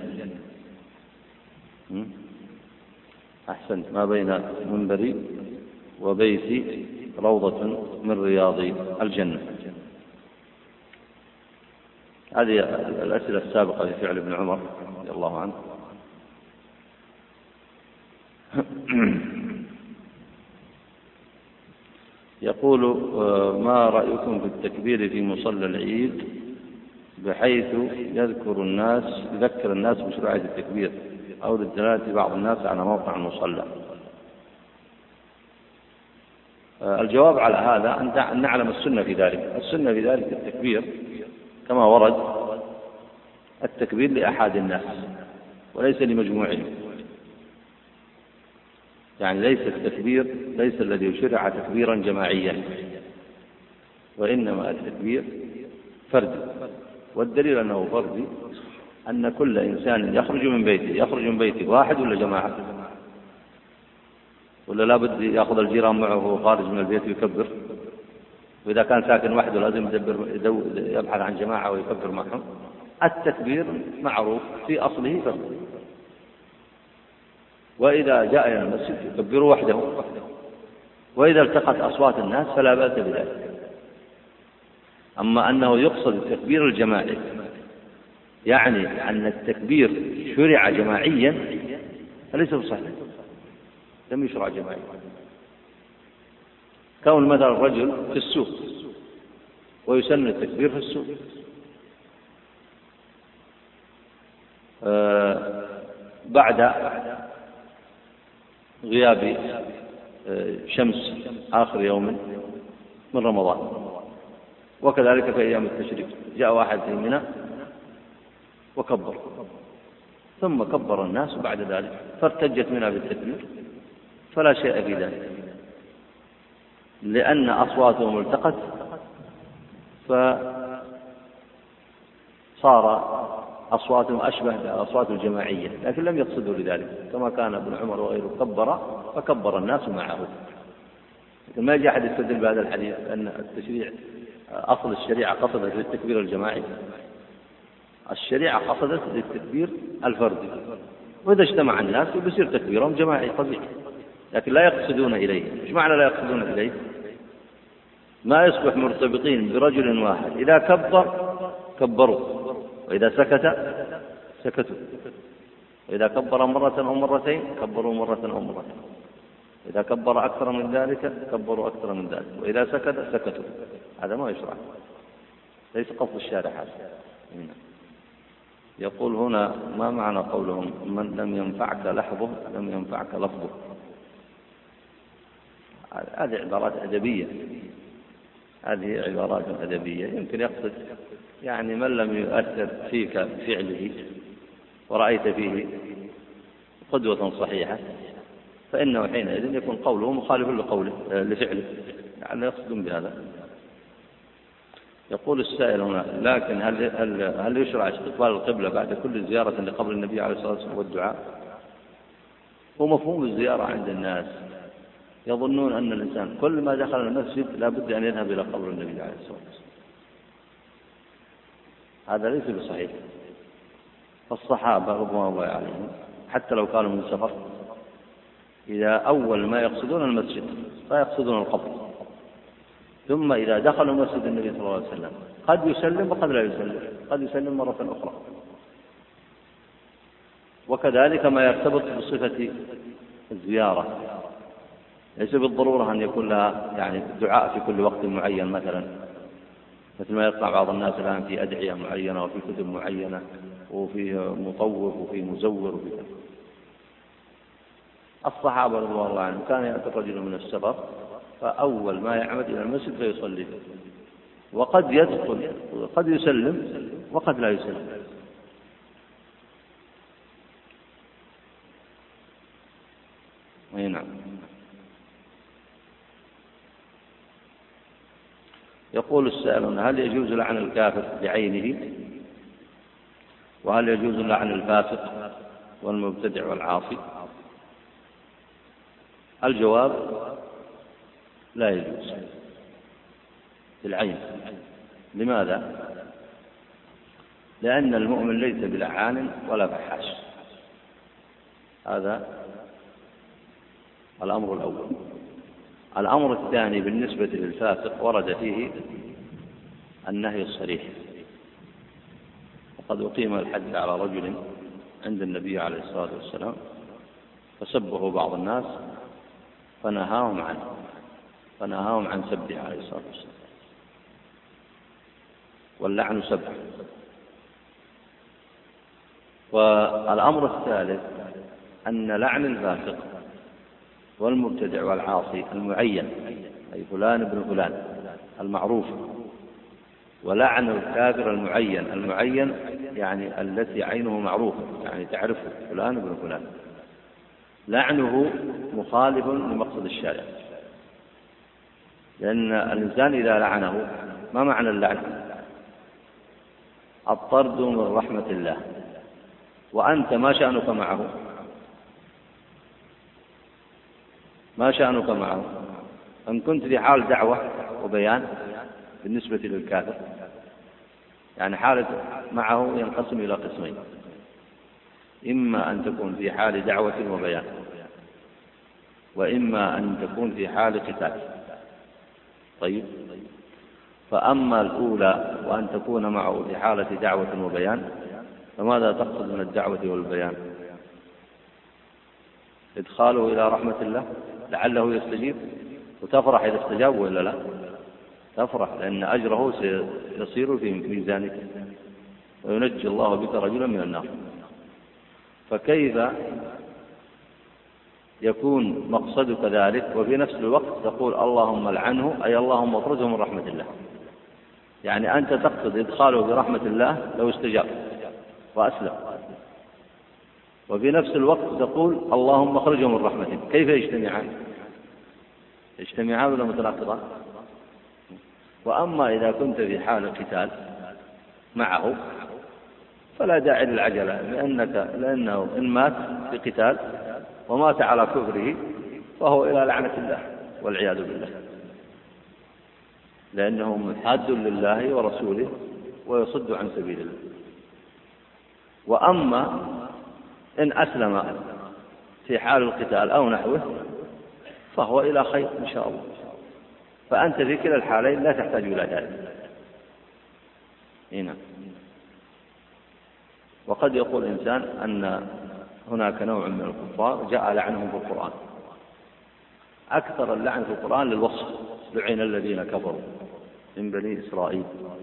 أحسنت، ما بين منبري وبيتي روضة من رياض الجنة. هذه الأسئلة السابقة في فعل ابن عمر رضي الله عنه. يقول: ما رأيكم في التكبير في مصلى العيد بحيث يذكر الناس يذكر الناس بشروعية التكبير أو للدلالة بعض الناس على موقع المصلى؟ الجواب على هذا أن نعلم السنة في ذلك. السنة في ذلك التكبير كما ورد التكبير لأحد الناس وليس لمجموعهم، يعني ليس التكبير ليس الذي شرع تكبيرا جماعيا، وإنما التكبير فردي. والدليل أنه فردي أن كل إنسان يخرج من بيته يخرج من بيته واحد ولا جماعة؟ ولا لا بد يأخذ الجيران معه وهو خارج من البيت ويكبر؟ وإذا كان ساكن وحده لازم يدبر يبحث عن جماعة ويكبر معهم. التكبير معروف في أصله فردي، وإذا جاء إلى المسجد يكبر وحده، وإذا التقت أصوات الناس فلا بأس بذلك. أما أنه يقصد التكبير الجماعي يعني أن التكبير شرع جماعيا فليس بصحيح، لم يشرع جماعيا. كون مثلا الرجل في السوق ويسن التكبير في السوق آه بعد غياب شمس آخر يوم من رمضان، وكذلك في أيام التشريق جاء واحد في منى وكبر، ثم كبر الناس بعد ذلك فارتجت منى بالتكبير، فلا شيء في ذلك، لأن أصواتهم التقت فصار أصواتهم أشبه بأصوات الجماعية، لكن لم يقصدوا لذلك، كما كان ابن عمر وغيره كبر فكبر الناس معه. لكن ما جاء أحد يستدل بهذا الحديث أن التشريع أصل الشريعة قصدت للتكبير الجماعي. الشريعة قصدت للتكبير الفردي، وإذا اجتمع الناس بيصير تكبيرهم جماعي طبيعي، لكن لا يقصدون إليه. إيش معنى لا يقصدون إليه؟ ما يصبح مرتبطين برجل واحد، إذا كبر كبروا، وإذا سكت سكتوا، وإذا كبر مرة أو مرتين كبروا مرة أو مرتين، إذا كبر أكثر من ذلك كبروا أكثر من ذلك، وإذا سكت سكتوا. هذا ما يشرع، ليس قصد الشارع هذا. يقول هنا: ما معنى قولهم من لم ينفعك لحظه لم ينفعك لفظه؟ هذه عبارات أدبية، هذه عبارات أدبية. يمكن يقصد يعني من لم يؤثر فيك بفعله ورأيت فيه قدوة صحيحة فإنه حينئذ يكون قوله مخالف لقوله لفعله، يعني يقصدون بهذا. يقول السائل هنا: لكن هل, هل, هل يشرع استقبال القبلة بعد كل زيارة لقبر النبي عليه الصلاة والسلام والدعاء؟ هو مفهوم الزيارة عند الناس يظنون أن الإنسان كل ما دخل المسجد لا بد أن يذهب إلى قبر النبي عليه الصلاة والسلام. هذا ليس بصحيح. فالصحابة رضوان الله عليهم حتى لو كانوا من سفر إذا أول ما يقصدون المسجد فيقصدون القبر. ثم إذا دخلوا مسجد النبي صلى الله عليه وسلم قد يسلم وقد لا يسلم، قد يسلم مرة أخرى. وكذلك ما يرتبط بصفة الزيارة، ليس بالضرورة أن يكون لها يعني دعاء في كل وقت معين، مثلا مثل ما يطلع بعض الناس الآن في أدعية معينة وفي كتب معينة وفي مطوف وفي مزور وفي كذا. الصحابة رضوان الله عنهم كان يأتي الرجل من السفر فأول ما يعمد إلى المسجد فيصلي فيه، وقد يدخل وقد يسلم وقد لا يسلم. أي نعم. يقول السائلون: هل يجوز لعن الكافر بعينه؟ وهل يجوز لعن الفاسق والمبتدع والعاصي؟ الجواب: لا يجوز بالعين. لماذا؟ لأن المؤمن ليس بلعان ولا فحاش. هذا الأمر الأول. الأمر الثاني بالنسبة للفاسق ورد فيه النهي الصريح، وقد أقيم الحد على رجل عند النبي عليه الصلاة والسلام فسبه بعض الناس فنهاهم عنه فنهاهم عن سبه عليه الصلاة والسلام. واللعن سبع. والأمر الثالث أن لعن الفاسق والمبتدع والعاصي المعين، أي فلان ابن فلان المعروف، ولعن الكافر المعين المعين يعني التي عينه معروفة، يعني تعرفه فلان ابن فلان، لعنه مخالف لمقصد الشارع. لأن الإنسان إذا لعنه، ما معنى اللعن؟ الطرد من رحمة الله. وأنت ما شأنك معه؟ ما شأنك معه؟ أن كنت في حال دعوة وبيان بالنسبة للكافر، يعني حالة معه ينقسم إلى قسمين: إما أن تكون في حال دعوة وبيان، وإما أن تكون في حال قتال. طيب، فأما الأولى وأن تكون معه في حالة دعوة وبيان، فماذا تقصد من الدعوة والبيان؟ إدخاله إلى رحمة الله لعله يستجيب، وتفرح إذا استجاب ولا لا؟ تفرح، لأن أجره سيصير في ميزانك وينجي الله بك رجلا من النار. فكيف يكون مقصدك ذلك وفي نفس الوقت تقول اللهم لعنه، أي اللهم اطرده من رحمة الله؟ يعني أنت تقصد إدخاله برحمة الله لو استجاب وأسلم، وفي نفس الوقت تقول اللهم اخرجه من رحمتك. كيف يجتمعان؟ يجتمعان ولا متناقضان؟ وأما إذا كنت في حال قتال معه فلا داعي للعجلة، لأنك لأنه إن مات في قتال ومات على كفره فهو إلى لعنة الله والعياذ بالله، لأنه محاد لله ورسوله ويصد عن سبيل الله. وأما إن أسلم في حال القتال أو نحوه فهو إلى خير إن شاء الله. فأنت في كلا الحالين لا تحتاج إلى ذلك. هنا وقد يقول الإنسان أن هناك نوع من الكفار جاء لعنهم في القرآن. أكثر اللعن في القرآن للوصف: لعن الذين كفروا من بني إسرائيل.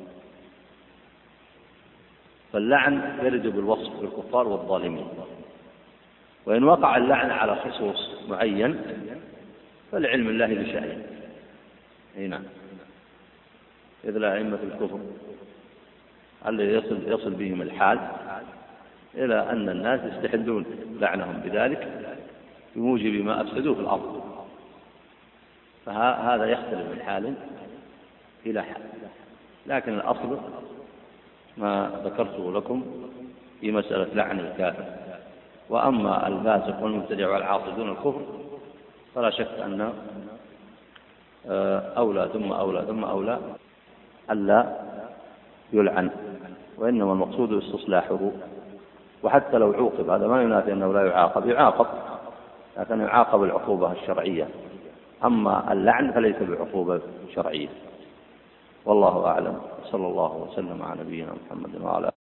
فاللعن يرد بالوصف بالكفار والظالمين. وإن وقع اللعن على خصوص معين فالعلم الله بشأنه. نعم. إذ لا أئمة الكفر الذي يصل, يصل بهم الحال إلى أن الناس يستحلون لعنهم بذلك بموجب ما أفسدوه في الأرض. فهذا يختلف من حال إلى حال، لكن الأصل ما ذكرته لكم في مسألة لعن الكافر. وأما الفاسق والمبتدع والعاصي دون الكفر فلا شك أن أولى ثم أولى ثم أولى ألا يلعن، وإنما المقصود استصلاحه. وحتى لو عوقب هذا ما ينافي أنه لا يعاقب، يعاقب لكن يعاقب العقوبة الشرعية أما اللعن فليس بعقوبة شرعية. والله أعلم. صلى الله وسلم على نبينا محمد وعلى